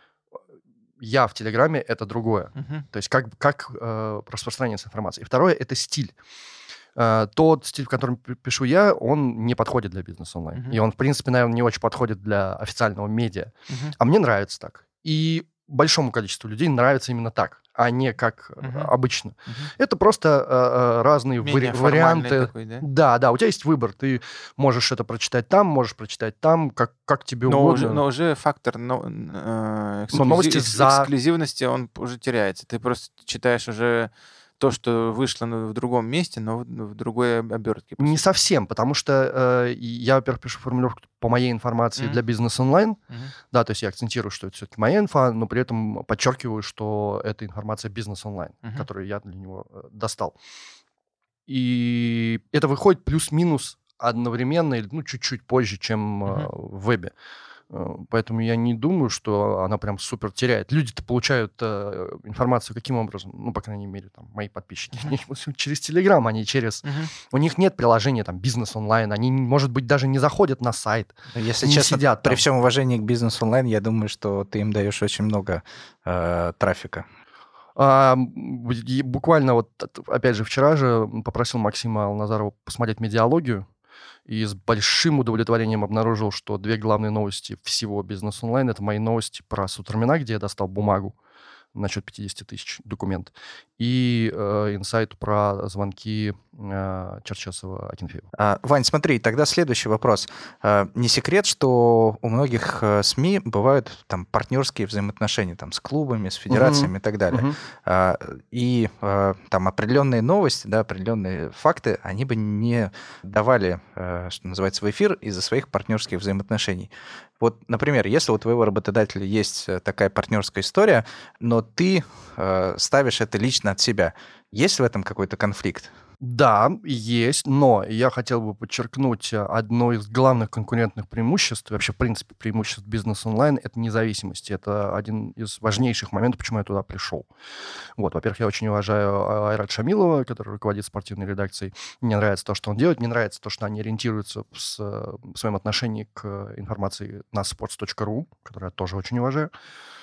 я в Телеграме — это другое. Uh-huh. То есть как, как э, распространяется информация. И второе — это стиль. Э, тот стиль, в котором пишу я, он не подходит для бизнес-онлайн. Uh-huh. И он, в принципе, наверное, не очень подходит для официального медиа. Uh-huh. А мне нравится так. И большому количеству людей нравится именно так, а не как uh-huh. обычно. Uh-huh. Это просто э, разные вари- варианты. Такой, да? да, да, у тебя есть выбор. Ты можешь это прочитать там, можешь прочитать там, как, как тебе но угодно. Уже, но уже фактор но, э, эксклюзив, но новости за... эксклюзивности, он уже теряется. Ты просто читаешь уже то, что вышло в другом месте, но в другой обертке. Не совсем, потому что э, я, во-первых, пишу формулировку по моей информации mm-hmm. для бизнес-онлайн, mm-hmm. да, то есть я акцентирую, что это все-таки моя инфа, но при этом подчеркиваю, что это информация бизнес-онлайн, mm-hmm. которую я для него э, достал. И это выходит плюс-минус одновременно, или ну, чуть-чуть позже, чем mm-hmm. э, в вебе. Поэтому я не думаю, что она прям супер теряет. Люди-то получают э, информацию каким образом? Ну, по крайней мере, там, мои подписчики. Uh-huh. Через Телеграм, а не через... Uh-huh. У них нет приложения, там, бизнес-онлайн. Они, может быть, даже не заходят на сайт. Если не честно, сидят при там. Всем уважении к бизнес-онлайн, я думаю, что ты им даешь очень много э, трафика. А, буквально вот, опять же, вчера же попросил Максима Алназарова посмотреть медиалогию. И с большим удовлетворением обнаружил, что две главные новости всего бизнес-онлайн — это мои новости про Сутермина, где я достал бумагу на счет пятьдесят тысяч документ, и э, инсайт про звонки э, Черчесова Акинфеева. А, Вань, смотри, тогда следующий вопрос. А, не секрет, что у многих СМИ бывают там партнерские взаимоотношения там, с клубами, с федерациями uh-huh. и так далее. Uh-huh. А, и а, там определенные новости, да, определенные факты, они бы не давали, а, что называется, в эфир из-за своих партнерских взаимоотношений. Вот, например, если у твоего работодателя есть такая партнерская история, но ты э, ставишь это лично от себя, есть в этом какой-то конфликт? Да, есть, но я хотел бы подчеркнуть одно из главных конкурентных преимуществ, вообще, в принципе, преимуществ бизнес-онлайн — это независимость. Это один из важнейших моментов, почему я туда пришел. Вот, во-первых, я очень уважаю Айрат Шамилова, который руководит спортивной редакцией. Мне нравится то, что он делает, мне нравится то, что они ориентируются в, в своем отношении к информации на sports точка ру, которую я тоже очень уважаю.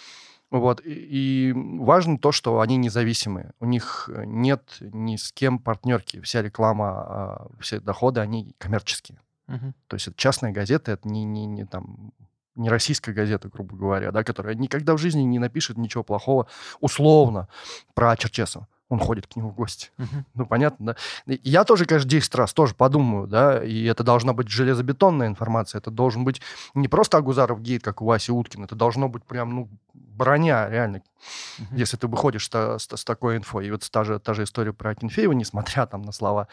Вот. И, и важно то, что они независимые. У них нет ни с кем партнерки. Вся реклама, все доходы, они коммерческие. Uh-huh. То есть это частная газета, это не, не, не, там, не российская газета, грубо говоря, да, которая никогда в жизни не напишет ничего плохого, условно, про Черчесова. Он ходит к нему в гости. Uh-huh. Ну, понятно, да? И я тоже, конечно, десять раз тоже подумаю, да, и это должна быть железобетонная информация, это должен быть не просто Агузаров гейт, как у Васи Уткина, это должно быть прям, ну, броня, реально, uh-huh. если ты выходишь с, с, с такой инфой. И вот та же, та же история про Акинфеева, несмотря там на слова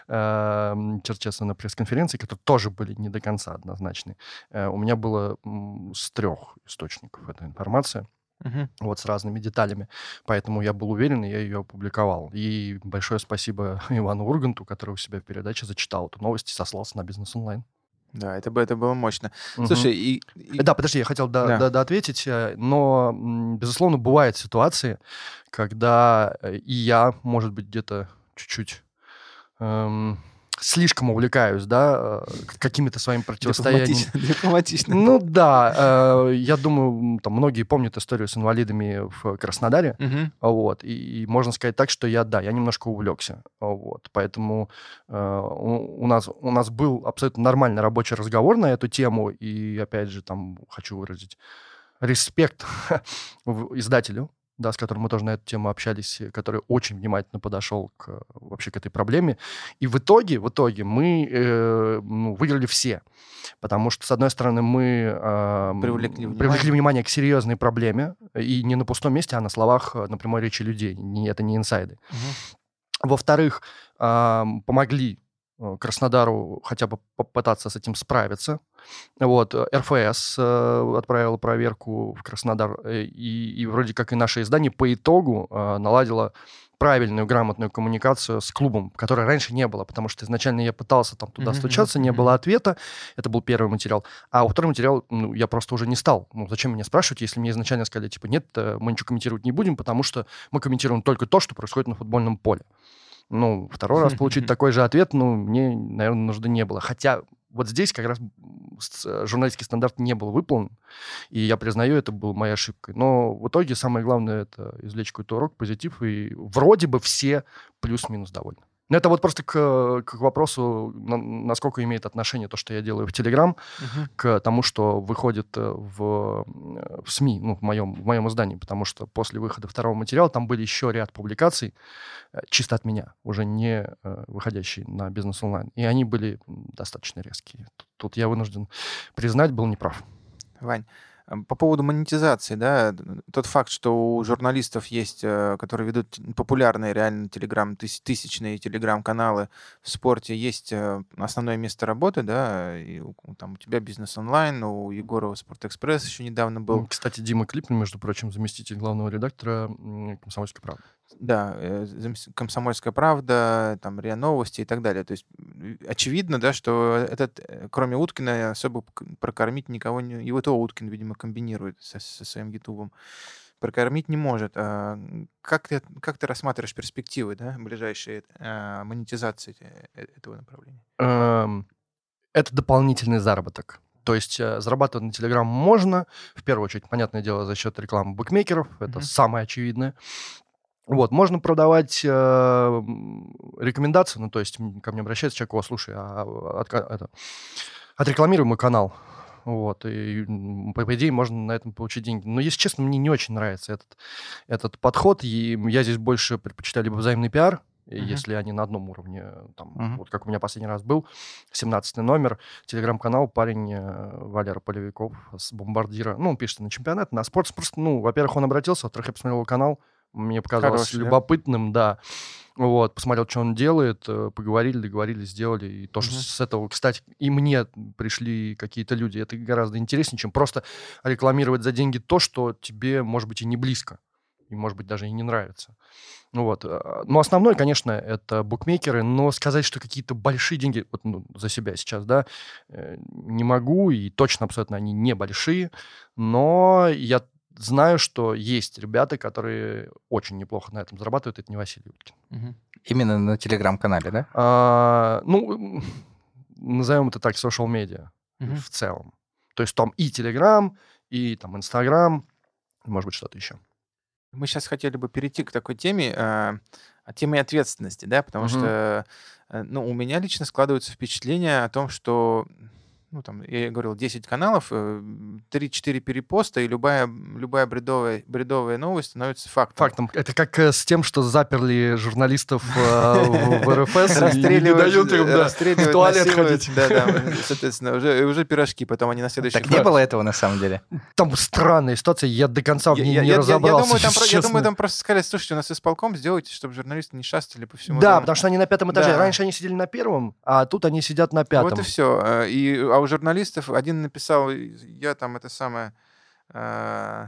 э, Черчесова на пресс-конференции, которые тоже были не до конца однозначны, э, у меня было м, с трех источников эта информация. Uh-huh. Вот с разными деталями. Поэтому я был уверен, и я ее опубликовал. И большое спасибо Ивану Урганту, который у себя в передаче зачитал эту новость и сослался на бизнес-онлайн. Да, это, это было мощно. Uh-huh. Слушай, и, и... Да, подожди, я хотел до, да. до, до ответить, но, безусловно, бывают ситуации, когда и я, может быть, где-то чуть-чуть эм, слишком увлекаюсь, да, какими-то своими противостояниями. Дипломатично. Ну да, э, я думаю, там многие помнят историю с инвалидами в Краснодаре, Мгм. вот, и, и можно сказать так, что я, да, я немножко увлекся, вот, поэтому э, у, у нас, у нас был абсолютно нормальный рабочий разговор на эту тему, и, опять же, там, хочу выразить респект в- издателю, да, с которым мы тоже на эту тему общались, который очень внимательно подошел к, вообще к этой проблеме. И в итоге, в итоге мы э, ну, выиграли все. Потому что, с одной стороны, мы э, Привлекли привлекли внимание. внимание к серьезной проблеме, и не на пустом месте, а на словах, э, на прямой речи людей. Не, это не инсайды. Мгм. Во-вторых, э, помогли э, Краснодару хотя бы попытаться с этим справиться. Вот, э, эр эф эс э, отправила проверку в Краснодар, э, и, и вроде как и наше издание по итогу э, наладило правильную, грамотную коммуникацию с клубом, которой раньше не было, потому что изначально я пытался там туда Мгм, стучаться, мгм, не мгм. было ответа, это был первый материал, а второй материал, ну, я просто уже не стал. Ну, зачем меня спрашивать, если мне изначально сказали, типа, нет, э, мы ничего комментировать не будем, потому что мы комментируем только то, что происходит на футбольном поле. Ну, второй раз получить такой же ответ, ну, мне, наверное, нужды не было. Хотя вот здесь как раз с- журналистский стандарт не был выполнен, и я признаю, это была моя ошибка. Но в итоге самое главное — это извлечь какой-то урок, позитив, и вроде бы все плюс-минус довольны. Но это вот просто к, к вопросу, на- насколько имеет отношение то, что я делаю в Телеграм, Мгм. к тому, что выходит э, в, э, в СМИ, ну, в моем, в моем издании, потому что после выхода второго материала там были еще ряд публикаций, э, чисто от меня, уже не э, выходящие на бизнес онлайн. И они были м, достаточно резкие. Тут, тут я вынужден признать, был неправ. Вань, а, по поводу монетизации, да, д- тот факт, что у журналистов есть, э, которые ведут популярные реально телеграм, тыс- тысячные телеграм-каналы в спорте, есть э, основное место работы, да, и у, у- там у тебя бизнес онлайн, у Егорова Спортэкспресс еще недавно был. М, Кстати, Дима Клипин, между прочим, заместитель главного редактора м, «Комсомольской правды». Да, э, замес- «Комсомольская правда», там РИА Новости и так далее. То есть м, очевидно, да, что этот, э, кроме Уткина, особо к- прокормить никого не... Его то Уткин, видимо, комбинирует со, со своим Ютубом. Прокормить не может. А, м, как ты, как ты рассматриваешь перспективы, да, ближайшие а, монетизации э- э- этого направления? Эм, Это дополнительный заработок. То есть э, зарабатывать на Телеграм можно, в первую очередь, понятное дело, за счет рекламы букмекеров, это Мгм. самое очевидное. Вот, можно продавать э, м, рекомендации, ну, то есть м, ко мне обращается человек: о, слушай, а, отка- это, отрекламируй мой канал. Вот, и, м, по, по идее, можно на этом получить деньги. Но, если честно, мне не очень нравится этот, этот подход, и я здесь больше предпочитаю либо взаимный пиар, и Мгм. если они на одном уровне, там, Мгм. вот как у меня последний раз был, семнадцатый номер, телеграм-канал, парень э, Валера Полевиков с «Бомбардира», ну, он пишет на чемпионат, на спорт, просто, ну, во-первых, он обратился, во-вторых, я посмотрел его канал, мне показалось Хороший, да? любопытным, да. Вот, посмотрел, что он делает, э, поговорили, договорились, сделали. И тоже Мгм. с этого, кстати, и мне пришли какие-то люди. Это гораздо интереснее, чем просто рекламировать за деньги то, что тебе, может быть, и не близко. И, может быть, даже и не нравится. Ну вот. э, Но основной, конечно, это букмекеры. Но сказать, что какие-то большие деньги, вот, ну, за себя сейчас, да, э, не могу. И точно абсолютно они небольшие. Но я знаю, что есть ребята, которые очень неплохо на этом зарабатывают. Это не Василий Уткин. Мгм. Именно на Телеграм-канале, да? А, ну, м, назовем это так, social медиа Мгм. в целом. То есть там и Телеграм, и там Инстаграм, может быть, что-то еще. Мы сейчас хотели бы перейти к такой теме, а, а, теме ответственности, да, потому Мгм. что, э, ну, у меня лично складывается впечатление о том, что, ну, там, я и говорил, десять каналов, э, три-четыре перепоста, и любая, любая бредовая, бредовая новость становится фактом. Фактом. Это как э, с тем, что заперли журналистов э, в в эр эф эс и не- не Расстреливают, дают им, э, да, расстреливают, в туалет насилуют. ходить. Да, да, соответственно, уже, уже пирожки, потом они на следующий Так не было этого на самом деле. Там странная ситуация, я до конца в Я, ней я- не я- я разобрался, думаю, там, если про- я думаю, честно. там просто сказали, слушайте, у нас исполком, сделайте, чтобы журналисты не шастали по всему Да, дому. потому что они на пятом этаже. Да. Раньше они сидели на первом, а тут они сидят на пятом. Вот и все. И, а у журналистов один написал, я там это самое, а,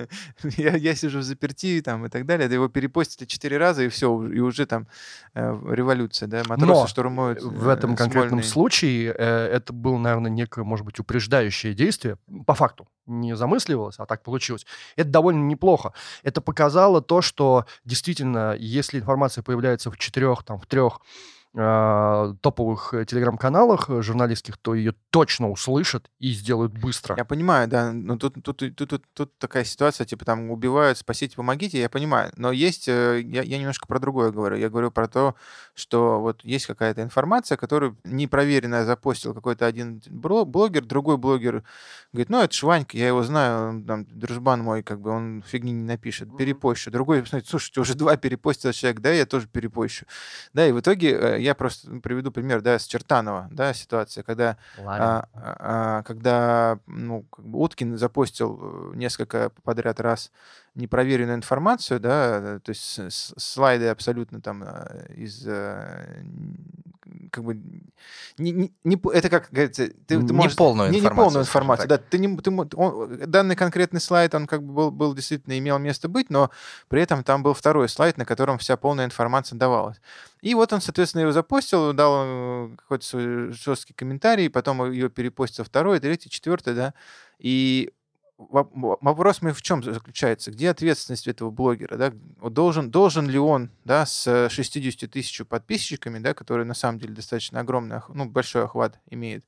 я, я сижу в заперти там и так далее. Да его перепостили четыре раза, и все, и уже там э, революция, да, матросы Но штурмуют в этом э, конкретном Смольный. случае э, это было, наверное, некое, может быть, упреждающее действие. По факту. Не замысливалось, а так получилось. Это довольно неплохо. Это показало то, что действительно, если информация появляется в четырех, там, в трех э, топовых телеграм-каналах журналистских, то ее точно услышат и сделают быстро. Я понимаю, да, но тут, тут, тут, тут, тут такая ситуация, типа там убивают, спасите, помогите, я понимаю. Но есть, я, я немножко про другое говорю. Я говорю про то, что вот есть какая-то информация, которую непроверенная запостил какой-то один блогер, другой блогер говорит, ну, это Шванька, я его знаю, там, дружбан мой, как бы, он фигни не напишет, перепощу. Другой, смотрите, слушайте, уже два перепостил человек, да, я тоже перепощу. Да, и в итоге я просто приведу пример, да, с Чертанова, да, ситуация, когда, а, а, когда ну, как бы Уткин запостил несколько подряд раз непроверенную информацию, да, то есть слайды абсолютно там из как бы не, не, не, это как говорится, ты, ты можешь, неполную не, информацию, неполную информацию, да, ты не, ты, он, данный конкретный слайд, он как бы был, был действительно имел место быть, но при этом там был второй слайд, на котором вся полная информация давалась. И вот он, соответственно, его запостил, дал какой-то свой жесткий комментарий, потом ее перепостил второй, третий, четвертый, да, и вопрос мой в чем заключается? Где ответственность этого блогера? Да? Должен, должен ли он, да, с шестьюдесятью тысячами подписчиками, да, которые на самом деле достаточно огромный, ну, большой охват имеет,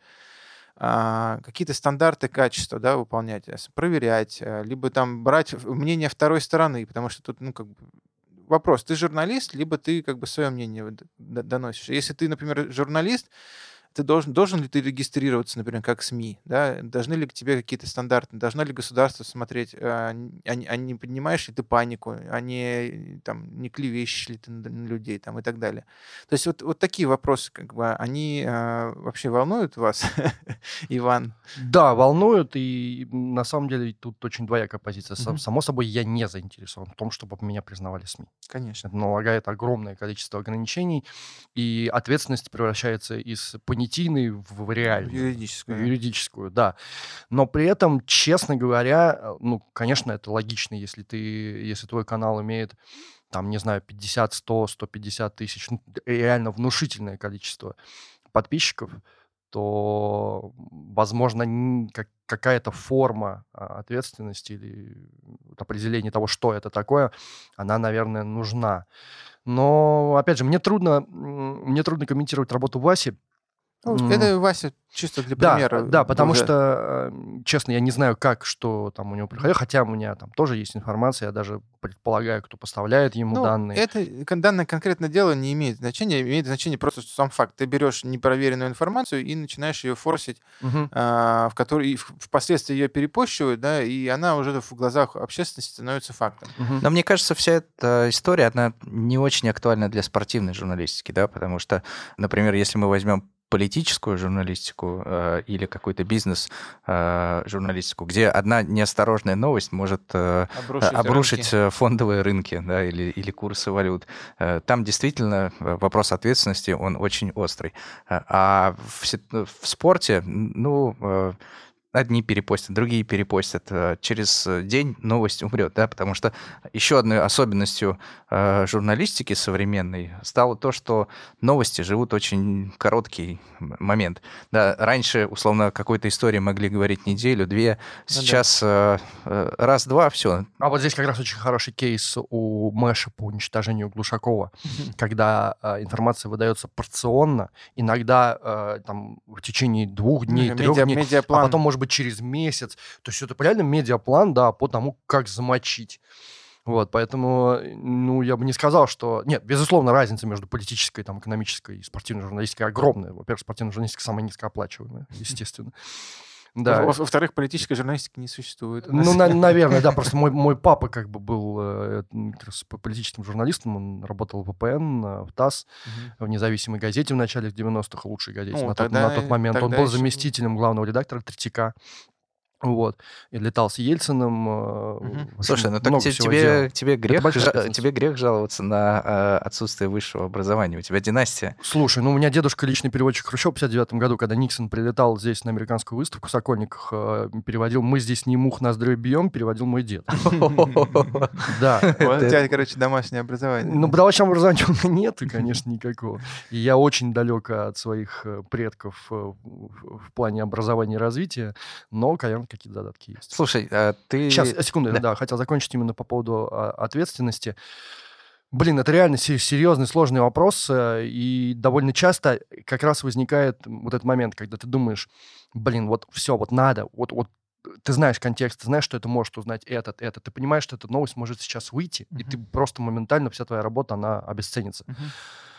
а, какие-то стандарты качества, да, выполнять, проверять, либо там брать мнение второй стороны, потому что тут, ну, как бы вопрос, ты журналист, либо ты как бы свое мнение доносишь. Если ты, например, журналист, ты должен, должен ли ты регистрироваться, например, как СМИ, да? Должны ли к тебе какие-то стандарты, должно ли государство смотреть, а, а, а не поднимаешь ли ты панику, а не, там, не клевещешь ли ты на, на людей там, и так далее. То есть вот, вот такие вопросы, как бы, они а, вообще волнуют вас, Иван? Да, волнуют, и на самом деле тут очень двоякая позиция. Сам, само собой, я не заинтересован в том, чтобы меня признавали СМИ. Конечно. Это налагает огромное количество ограничений, и ответственность превращается из понятийной в реальную. Юридическую. Юридическую, да. Но при этом, честно говоря, ну, конечно, это логично, если ты, если твой канал имеет, там, не знаю, пятьдесят, сто, сто пятьдесят тысяч, ну, реально внушительное количество подписчиков, то, возможно, как, какая-то форма ответственности или определение того, что это такое, она, наверное, нужна. Но, опять же, мне трудно, мне трудно комментировать работу Васи. Ну, это Вася чисто для да, примера. Да, потому уже. что, честно, я не знаю, как, что там у него происходило, хотя у меня там тоже есть информация, я даже предполагаю, кто поставляет ему ну, данные. Это данное конкретное дело не имеет значения, имеет значение просто сам факт. Ты берешь непроверенную информацию и начинаешь ее форсить, угу. а, в которой впоследствии ее перепощивают, да, и она уже в глазах общественности становится фактом. Угу. Но мне кажется, вся эта история, она не очень актуальна для спортивной журналистики, да, потому что, например, если мы возьмем политическую журналистику э, или какой-то бизнес-журналистику, э, где одна неосторожная новость может э, обрушить, обрушить рынки. фондовые рынки, да, или, или курсы валют. Э, там действительно вопрос ответственности, он очень острый. А в, в спорте, ну... Э, Одни перепостят, другие перепостят. Через день новость умрет, да, потому что еще одной особенностью э, журналистики современной стало то, что новости живут очень короткий момент. Да, раньше, условно, какой-то истории могли говорить неделю, две, сейчас э, э, раз-два, все. А вот здесь как раз очень хороший кейс у Мэша по уничтожению Глушакова, когда э, информация выдается порционно, иногда э, там в течение двух дней, трех дней, а потом, может быть, через месяц. То есть это реально медиаплан, да, по тому, как замочить. Вот, поэтому, ну, я бы не сказал, что... Нет, безусловно, разница между политической, там, экономической и спортивной журналистикой огромная. Во-первых, спортивная журналистика самая низкооплачиваемая, естественно. Да. Во-вторых, политической журналистики не существует. Ну, на, наверное, да. Просто мой, мой папа как бы был э, политическим журналистом. Он работал в ВПН, в ТАСС, угу. в независимой газете в начале девяностых, лучшей газете ну, на, тогда, тот, на тот момент. Он был еще... заместителем главного редактора Третьяка. Вот. И летал с Ельциным. Угу. Слушай, ну так тебе, тебе, грех, жа- тебе грех жаловаться на э, отсутствие высшего образования. У тебя династия. Слушай, ну у меня дедушка личный переводчик Хрущева в пятьдесят девятом году, когда Никсон прилетал здесь на американскую выставку в Сокольниках, э, переводил «Мы здесь не мух на здоровье бьем», переводил мой дед. Да. У тебя, короче, домашнее образование. Ну, домашнего образования у меня нет, конечно, никакого. И я очень далек от своих предков в плане образования и развития, но, конечно, какие-то задатки есть. Слушай, а ты... Сейчас, секунду, да. да, хотел закончить именно по поводу а, ответственности. Блин, это реально серьезный, сложный вопрос, и довольно часто как раз возникает вот этот момент, когда ты думаешь, блин, вот все, вот надо, вот, вот ты знаешь контекст, ты знаешь, что это может узнать этот, этот, ты понимаешь, что эта новость может сейчас выйти, uh-huh. и ты просто моментально, вся твоя работа, она обесценится. Uh-huh.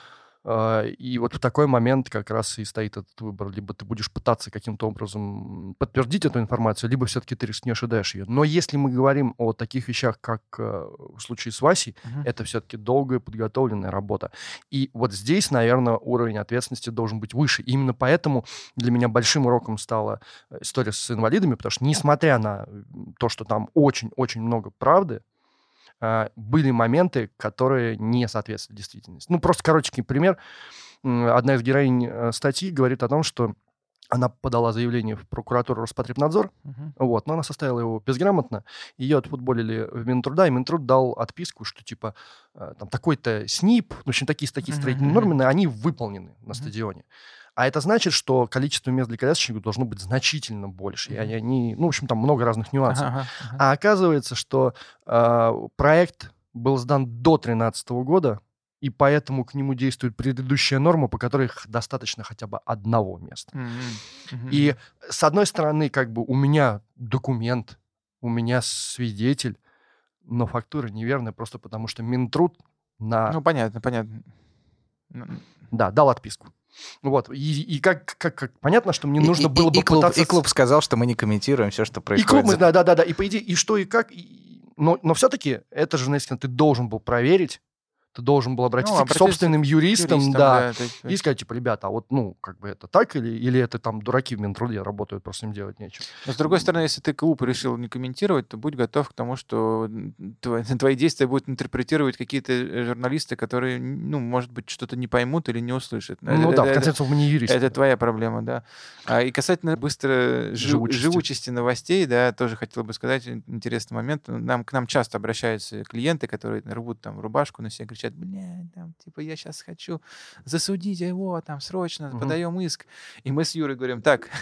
И вот в такой момент как раз и стоит этот выбор. Либо ты будешь пытаться каким-то образом подтвердить эту информацию, либо все-таки ты рискнешь и дашь ее. Но если мы говорим о таких вещах, как в случае с Васей, uh-huh. это все-таки долгая подготовленная работа. И вот здесь, наверное, уровень ответственности должен быть выше. И именно поэтому для меня большим уроком стала история с инвалидами, потому что, несмотря на то, что там очень-очень много правды, были моменты, которые не соответствовали действительности. Ну, просто коротенький пример. Одна из героинь статьи говорит о том, что она подала заявление в прокуратуру Роспотребнадзор, uh-huh. вот, но она составила его безграмотно. Ее отфутболили в Минтруда, и Минтруд дал отписку, что типа там такой-то СНИП, в общем, такие такие uh-huh. строительные нормы, они выполнены на uh-huh. стадионе. А это значит, что количество мест для колясочников должно быть значительно больше. Mm-hmm. И они, ну, в общем, там много разных нюансов. Uh-huh, uh-huh. А оказывается, что э, проект был сдан до две тысячи тринадцатого года, и поэтому к нему действует предыдущая норма, по которой достаточно хотя бы одного места. Mm-hmm. Mm-hmm. И, с одной стороны, как бы у меня документ, у меня свидетель, но фактура неверная просто потому, что Минтруд на... Ну, понятно, понятно. Да, дал отписку. Вот, и, и как, как, как понятно, что мне нужно и, было и, бы и клуб, пытаться... И клуб сказал, что мы не комментируем все, что происходит. И клуб, мы, да, да, да, да, и по идее, и что, и как... И... Но, но все-таки это журналистика, ты должен был проверить, ты должен был обратиться ну, к собственным юристам, юристам да, да, и сказать, типа, ребята, а вот, ну, как бы это так, или, или это там дураки в Минтруде работают, просто им делать нечего. Но, с другой стороны, если ты клуб решил не комментировать, то будь готов к тому, что твои, твои действия будут интерпретировать какие-то журналисты, которые, ну, может быть, что-то не поймут или не услышат. Ну это, да, в конце концов, мы не юристы. Это твоя проблема, да. А, и касательно быстро живучести. живучести новостей, да, тоже хотел бы сказать интересный момент. Нам, к нам часто обращаются клиенты, которые рвут там рубашку на себя, кричат, блядь, там, типа, я сейчас хочу засудить его, там, срочно, uh-huh. подаем иск. И мы с Юрой говорим, так,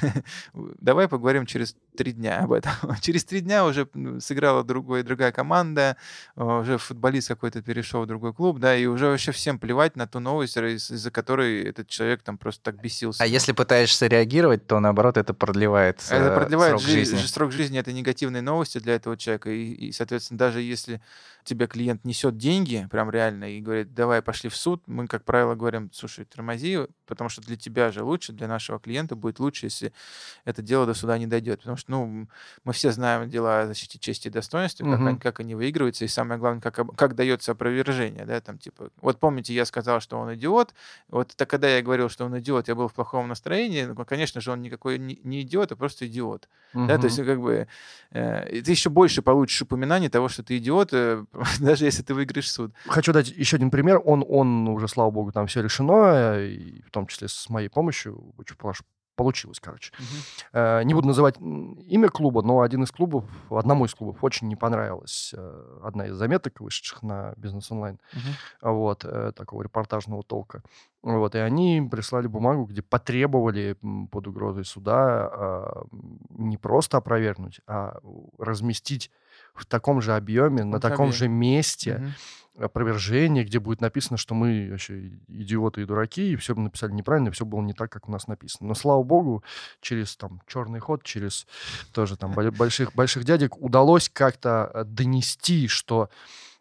давай поговорим через три дня об этом. Через три дня уже сыграла другой, другая команда, уже футболист какой-то перешел в другой клуб, да, и уже вообще всем плевать на ту новость, из-за которой этот человек там просто так бесился. А если пытаешься реагировать, то, наоборот, это продлевает, это продлевает срок жи- жизни. Срок жизни — это негативные новости для этого человека, и, и, соответственно, даже если тебе клиент несет деньги, прям реально, и говорит, давай, пошли в суд, мы, как правило, говорим, слушай, тормози, потому что для тебя же лучше, для нашего клиента будет лучше, если это дело до суда не дойдет. Потому что, ну, мы все знаем дела о защите чести и достоинства, uh-huh. как, они, как они выигрываются, и самое главное, как, как дается опровержение, да, там, типа, вот помните, я сказал, что он идиот, вот это когда я говорил, что он идиот, я был в плохом настроении, ну, конечно же, он никакой не, не идиот, а просто идиот, uh-huh. да, то есть, как бы, э, ты еще больше получишь упоминаний того, что ты идиот, э, даже если ты выиграешь суд. Хочу дать еще один пример. Он, он уже, слава богу, там все решено, и в том числе с моей помощью очень получилось, короче. Uh-huh. Не буду называть имя клуба, но один из клубов, одному из клубов очень не понравилась одна из заметок, вышедших на Бизнес Онлайн, uh-huh. вот, такого репортажного толка. Вот, и они прислали бумагу, где потребовали под угрозой суда не просто опровергнуть, а разместить в таком же объеме, на таком же месте uh-huh. опровержение, где будет написано, что мы вообще идиоты и дураки, и все написали неправильно, и все было не так, как у нас написано. Но, слава богу, через там черный ход, через тоже там больших, больших дядек удалось как-то донести, что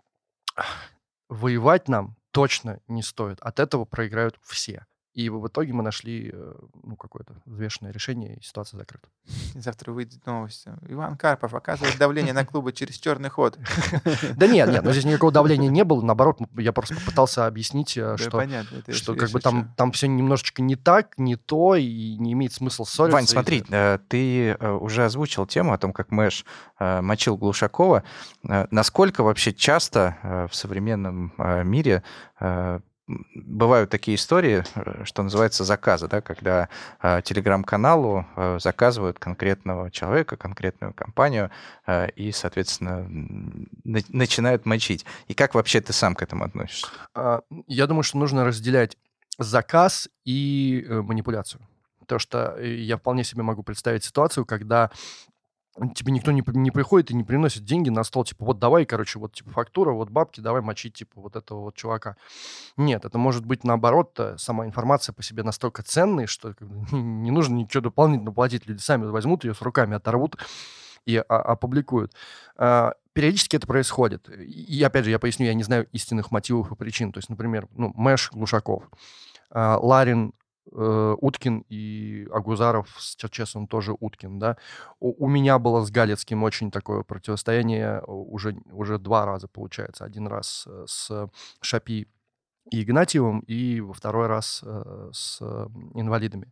воевать нам точно не стоит. От этого проиграют все. И в итоге мы нашли ну, какое-то взвешенное решение, и ситуация закрыта. Завтра выйдет новость. Иван Карпов оказывает давление на клубы через черный ход. Да нет, нет, но здесь никакого давления не было. Наоборот, я просто попытался объяснить, что как бы там все немножечко не так, не то, и не имеет смысла ссориться. Вань, смотри, ты уже озвучил тему о том, как Мэш мочил Глушакова. Насколько вообще часто в современном мире бывают такие истории, что называется заказы, да, когда э, телеграм-каналу э, заказывают конкретного человека, конкретную компанию э, и, соответственно, на- начинают мочить. И как вообще ты сам к этому относишься? Я думаю, что нужно разделять заказ и э, манипуляцию. Потому что я вполне себе могу представить ситуацию, когда тебе никто не, не приходит и не приносит деньги на стол, типа, вот давай, короче, вот типа фактура, вот бабки, давай мочить, типа, вот этого вот чувака. Нет, это может быть наоборот, сама информация по себе настолько ценная, что как бы, не нужно ничего дополнительно платить, люди сами возьмут ее с руками, оторвут и а, опубликуют. А, периодически это происходит. И, опять же, я поясню, я не знаю истинных мотивов и причин. То есть, например, ну, Мэш Глушаков, а, Ларин, Уткин и Агузаров с Черчесовым тоже Уткин, да. У, у меня было с Галицким очень такое противостояние уже, уже два раза, получается. Один раз с Шапи и Игнатьевым, и во второй раз с инвалидами.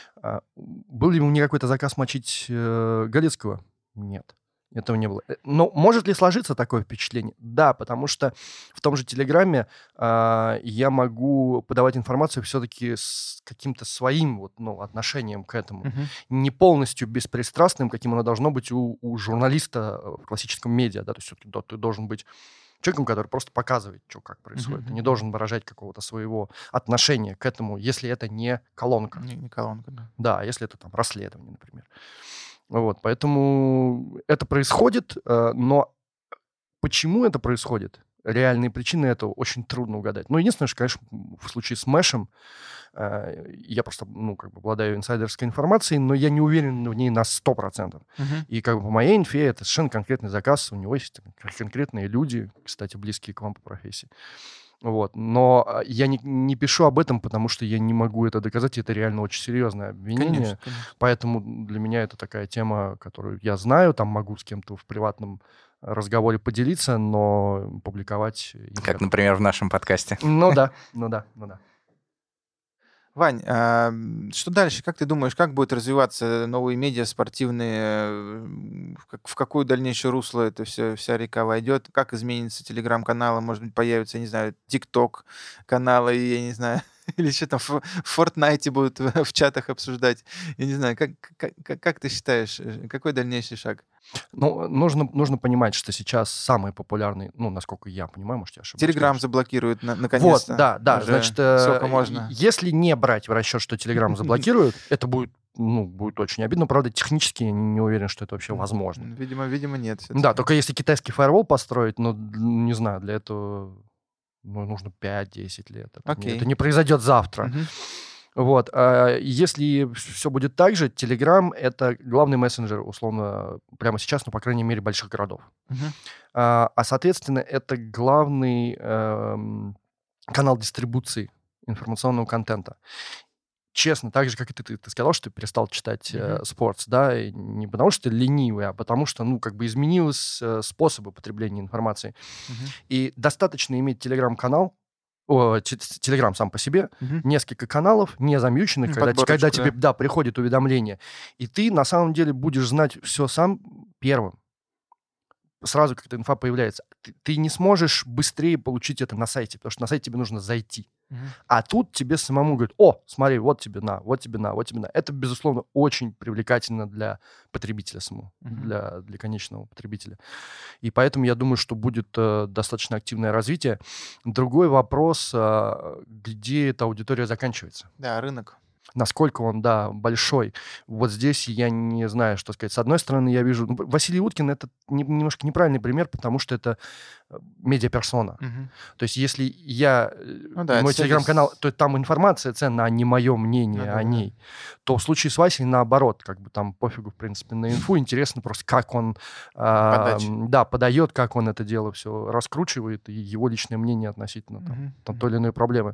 Был ли у меня какой-то заказ мочить Галицкого? Нет. Этого не было. Но может ли сложиться такое впечатление? Да, потому что в том же Телеграме э, я могу подавать информацию все-таки с каким-то своим вот, ну, отношением к этому. Uh-huh. Не полностью беспристрастным, каким оно должно быть у, у журналиста в классическом медиа. Да? То есть да, ты должен быть человеком, который просто показывает, что как происходит. Uh-huh. Ты не должен выражать какого-то своего отношения к этому, если это не колонка. Не, не колонка, да. Да, если это там расследование, например. Вот, поэтому это происходит, но почему это происходит? Реальные причины этого очень трудно угадать. Ну, единственное, что, конечно, в случае с Мэшем я просто, ну, как бы обладаю инсайдерской информацией, но я не уверен в ней на сто процентов. Uh-huh. И как бы по моей инфе это совершенно конкретный заказ, у него есть конкретные люди, кстати, близкие к вам по профессии. Вот. Но я не, не пишу об этом, потому что я не могу это доказать, и это реально очень серьезное обвинение. Конечно, конечно. Поэтому для меня это такая тема, которую я знаю, там могу с кем-то в приватном разговоре поделиться, но публиковать... Как, например, в нашем подкасте. Ну да, ну да, ну да. Вань, а что дальше? Как ты думаешь, как будут развиваться новые медиа спортивные? В какое дальнейшее русло это все, вся река войдет? Как изменится телеграм-каналы? Может быть, появятся, я не знаю, тик-ток-каналы, я не знаю, или что там в Фортнайте будут в чатах обсуждать? Я не знаю, как, как, как ты считаешь, какой дальнейший шаг? Ну, нужно, нужно понимать, что сейчас самый популярный, ну, насколько я понимаю, может, я ошибаюсь. Телеграм заблокируют, на, наконец-то. Вот, да, да. Уже значит, сколько можно? Если не брать в расчет, что Телеграм заблокируют, это будет, ну, будет очень обидно. Правда, технически я не уверен, что это вообще возможно. Видимо, видимо, нет. Да, только если китайский фаервол построить, ну, не знаю, для этого ну, нужно пять-десять лет. Это, okay. не, это не произойдет завтра. Uh-huh. Вот. А если все будет так же, Telegram — это главный мессенджер, условно, прямо сейчас, ну, по крайней мере, больших городов. Uh-huh. А, а, соответственно, это главный э, канал дистрибуции информационного контента. Честно, так же, как и ты, ты, ты сказал, что ты перестал читать uh-huh. э, спортс, да, и не потому что ты ленивый, а потому что, ну, как бы изменились э, способы потребления информации. Uh-huh. И достаточно иметь телеграм-канал, о, Телеграм сам по себе, uh-huh. несколько каналов, не замьюченных, когда, когда тебе да, приходит уведомление. И ты на самом деле будешь знать все сам первым. Сразу, как эта инфа появляется. Ты, ты не сможешь быстрее получить это на сайте, потому что на сайт тебе нужно зайти. Uh-huh. А тут тебе самому говорят: о, смотри, вот тебе на, вот тебе на, вот тебе на. Это, безусловно, очень привлекательно для потребителя самого, uh-huh. для, для конечного потребителя. И поэтому я думаю, что будет э, достаточно активное развитие. Другой вопрос, э, где эта аудитория заканчивается. Да, рынок. Насколько он, да, большой. Вот здесь я не знаю, что сказать. С одной стороны, я вижу... Ну, Василий Уткин — это не, немножко неправильный пример, потому что это медиаперсона. Uh-huh. То есть если я... Ну, да, мой телеграм-канал, то там информация ценна, а не мое мнение uh-huh. о ней. То в случае с Васей наоборот. Как бы там пофигу, в принципе, на инфу. Интересно просто, как он э, да, подает, как он это дело все раскручивает, и его личное мнение относительно там, uh-huh. там, той или иной проблемы.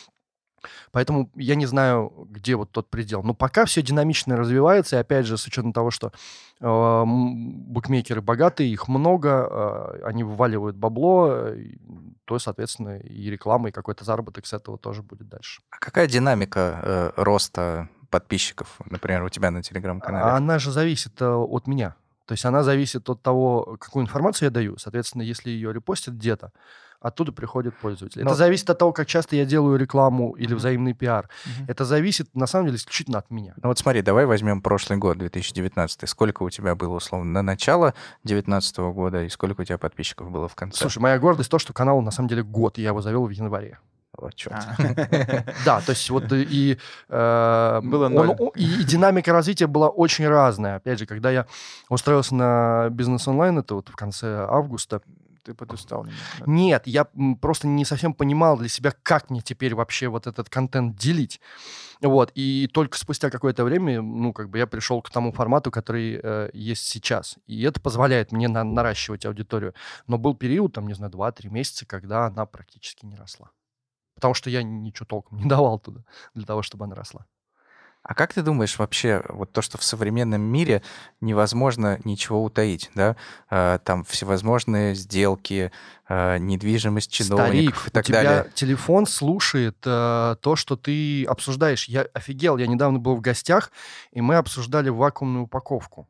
Поэтому я не знаю, где вот тот предел. Но пока все динамично развивается, и опять же, с учетом того, что э, букмекеры богатые, их много, э, они вываливают бабло, э, то, соответственно, и реклама, и какой-то заработок с этого тоже будет дальше. А какая динамика э, роста подписчиков, например, у тебя на Телеграм-канале? Она же зависит э, от меня. То есть она зависит от того, какую информацию я даю. Соответственно, если ее репостят где-то, оттуда приходят пользователи. Но... Это зависит от того, как часто я делаю рекламу или mm-hmm. взаимный пиар. Mm-hmm. Это зависит, на самом деле, исключительно от меня. Ну вот смотри, давай возьмем прошлый год, две тысячи девятнадцатый. Сколько у тебя было, условно, на начало две тысячи девятнадцатого года, и сколько у тебя подписчиков было в конце? Слушай, моя гордость то, что каналу, на самом деле, год. Я его завел в январе. Вот, черт. Да, то есть вот и, э, Было он, ноль. и, и динамика развития была очень разная. Опять же, когда я устроился на бизнес онлайн, это вот в конце августа. Ты подустал немного. Нет, я м, просто не совсем понимал для себя, как мне теперь вообще вот этот контент делить. Вот, и только спустя какое-то время, ну, как бы я пришел к тому формату, который э, есть сейчас. И это позволяет мне на- наращивать аудиторию. Но был период, там, не знаю, два-три месяца, когда она практически не росла. Потому что я ничего толком не давал туда для того, чтобы она росла. А как ты думаешь вообще, вот то, что в современном мире невозможно ничего утаить, да? Э, Там всевозможные сделки, э, недвижимость чиновников Старик, и так у тебя далее. телефон слушает э, то, что ты обсуждаешь. Я офигел, я недавно был в гостях, и мы обсуждали вакуумную упаковку.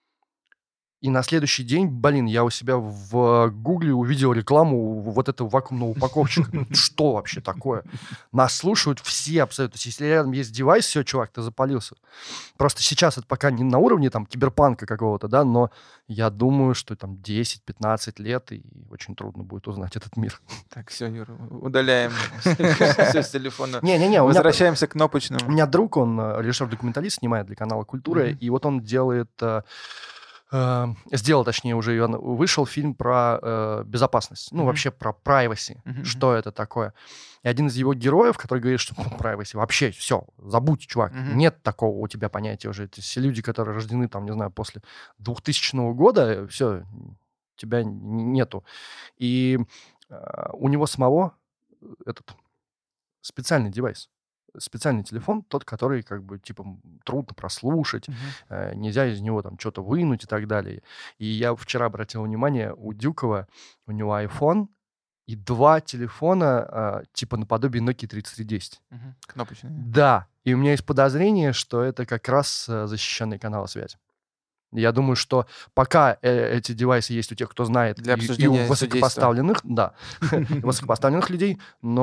И на следующий день, блин, я у себя в Гугле увидел рекламу вот этого вакуумного упаковщика. Ну, что вообще такое? Нас слушают все абсолютно. То есть, если рядом есть девайс, все, чувак, ты запалился. Просто сейчас это пока не на уровне там киберпанка какого-то, да, но я думаю, что там десять-пятнадцать лет, и очень трудно будет узнать этот мир. Так, все, Юра, удаляем все с телефона. Не-не-не, у меня... Возвращаемся к У кнопочному. меня друг, он э, режиссер-документалист, снимает для канала «Культура», Мгм. и вот он делает... э, э, сделал, точнее, уже и он- вышел фильм про э, безопасность, ну, Мгм. вообще про privacy, Мгм, что это такое. И один из его героев, который говорит, что ну, privacy, вообще все, забудь, чувак, Мгм. нет такого у тебя понятия уже. Это все люди, которые рождены, там, не знаю, после двухтысячного года, все, тебя н- нету. И э, у него самого этот специальный девайс, специальный телефон, тот, который как бы типа м, трудно прослушать, Мгм. э, нельзя из него там что-то вынуть и так далее. И я вчера обратил внимание, у Дюкова, у него iPhone и два телефона а, типа наподобие Nokia тридцать три десять. Мгм. Кнопочный. Да, и у меня есть подозрение, что это как раз э, защищенные каналы связи. Я думаю, что пока э, эти девайсы есть у тех, кто знает, Для и, и у обсуждения высокопоставленных, да, и высокопоставленных людей,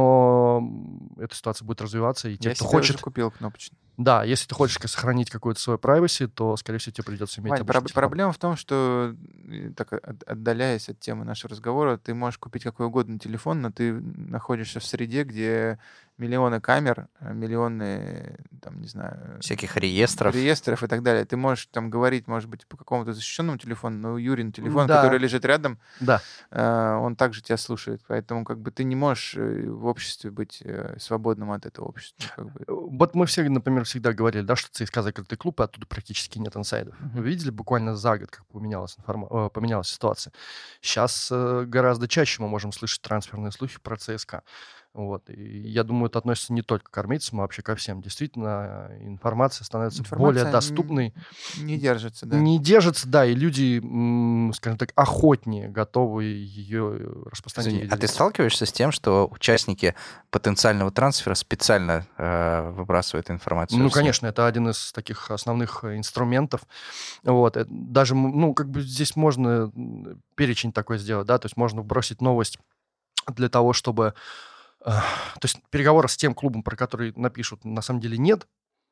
но м, эта ситуация будет развиваться, и те, Я кто себе хочет, уже купил кнопочный. да, если ты хочешь сохранить какую-то свою privacy, то, скорее всего, тебе придется иметь Вань, обычный проб- телефон. проблема в том, что, э, так от- отдаляясь от темы нашего разговора, ты можешь купить какой угодно телефон, но ты находишься в среде, где миллионы камер, э, миллионы, там, не знаю, Всяких реестров. реестров и так далее. Ты можешь там говорить, может быть, по какому-то защищенному телефону, но Юрин телефон, Да. который лежит рядом, Да, э, он также тебя слушает. Поэтому как бы ты не можешь э, в обществе быть э, свободным от этого общества. Как бы. Э, вот мы все, например, всегда говорили, да, что ЦСКА закрытый клуб, и оттуда практически нет инсайдов. Мгм. Вы видели буквально за год, как поменялась, информа- э, поменялась ситуация? Сейчас э, гораздо чаще мы можем слышать трансферные слухи про ЦСКА. Вот. И я думаю, это относится не только к армейцам, а вообще ко всем. Действительно, э, информация становится более Информация доступной. н- не держится, да. Не держится, да, и люди, м, скажем так, охотнее готовы ее распространить. Извини, и а ты делиться. сталкиваешься с тем, что участники потенциального трансфера специально э, выбрасывают информацию? Ну, в СМИ? конечно, это один из таких основных э, инструментов. Вот. э, Даже, м, ну, как бы здесь можно м, перечень такой сделать, да, то есть можно бросить новость для того, чтобы... э, То есть переговоры с тем клубом, про который напишут, на самом деле нет,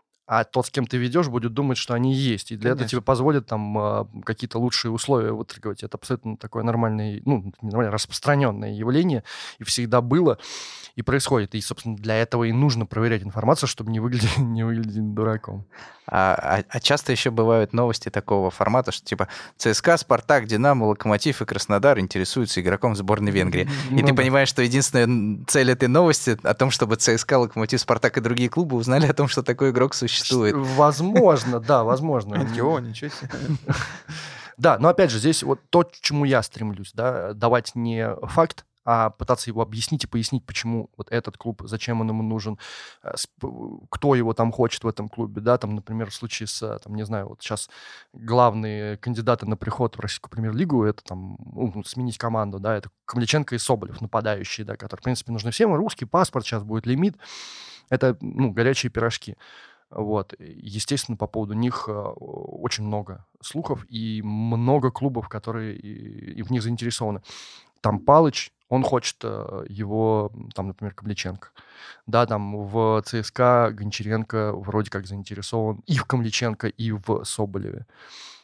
а тот, с кем ты ведешь, будет думать, что они есть. И для этого Конечно. тебе позволят там а, какие-то лучшие условия выторговать. Это абсолютно такое нормальное, ну, не нормальное, распространенное явление. И всегда было, и происходит. И, собственно, для этого и нужно проверять информацию, чтобы не выглядеть, не выглядеть дураком. А, а- а часто еще бывают новости такого формата, что типа ЦСКА, Спартак, Динамо, Локомотив и Краснодар интересуются игроком сборной Венгрии. И Ну ты да. понимаешь, что единственная н- цель этой новости о том, чтобы ЦСКА, Локомотив, Спартак и другие клубы узнали о том, что такой игрок существует. Возможно, да, возможно. Они такие, о, ничего себе. Да, но опять же, здесь вот то, к чему я стремлюсь, да, давать не факт, а пытаться его объяснить и пояснить, почему вот этот клуб, зачем он ему нужен, э, сп- кто его там хочет в этом клубе, да, там, например, в случае с, э, там, не знаю, вот сейчас главные кандидаты на приход в Российскую премьер-лигу, это там, ну, сменить команду, да, это Камличенко и Соболев, нападающие, да, которые, в принципе, нужны всем, русский паспорт, сейчас будет лимит, это, ну, горячие пирожки. Вот. Естественно, по поводу них э, очень много слухов и много клубов, которые и, и в них заинтересованы. Там Палыч, он хочет э, его, м, там, например, Камличенко. Да, там в ЦСКА Гончаренко вроде как заинтересован и в Камличенко, и в Соболеве.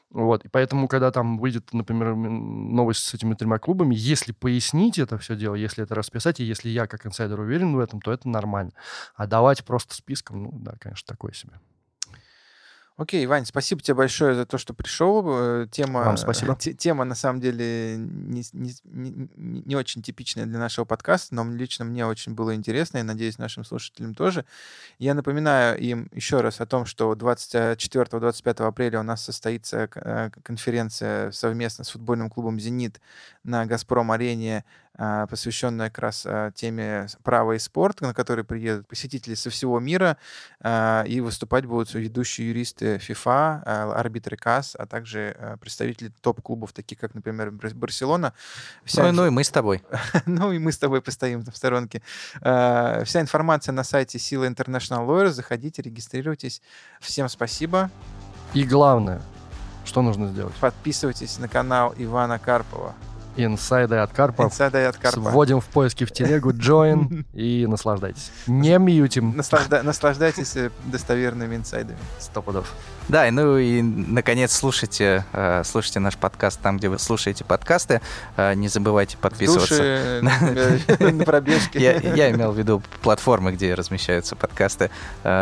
Вот. И поэтому, когда там выйдет, например, новость с этими тремя клубами, если пояснить это все дело, если это расписать, и если я как инсайдер уверен в этом, то это нормально. А давать просто списком, ну да, конечно, такое себе. Окей, Вань, спасибо тебе большое за то, что пришел. Тема, Вам спасибо. Т- тема на самом деле, не, не, не, не очень типичная для нашего подкаста, но лично мне очень было интересно, и, надеюсь, нашим слушателям тоже. Я напоминаю им еще раз о том, что двадцать четвёртого — двадцать пятого апреля у нас состоится конференция совместно с футбольным клубом «Зенит» на «Газпром-арене», посвященная как раз теме права и спорт, на который приедут посетители со всего мира, и выступать будут ведущие юристы FIFA, арбитры КАС, а также представители топ-клубов, таких как, например, Барселона. Вся... Ну, ну и мы с тобой. Ну и мы с тобой постоим в сторонке. Вся информация на сайте Сила International Lawyers. Заходите, регистрируйтесь. Всем спасибо. И главное, что нужно сделать? Подписывайтесь на канал Ивана Карпова. Инсайды от Карпа. Инсайды от Карпа. Вводим в поиски в телегу join и наслаждайтесь. Не мьютим. Наслажда- наслаждайтесь достоверными инсайдами. Сто пудов. Да, ну и, наконец, слушайте, слушайте наш подкаст там, где вы слушаете подкасты. Не забывайте подписываться. На пробежке. Я имел в виду платформы, где размещаются подкасты.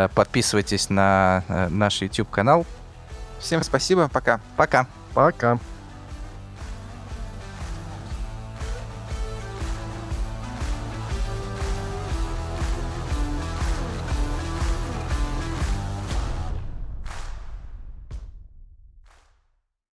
Подписывайтесь на наш YouTube-канал. Всем спасибо. Пока. Пока. Пока.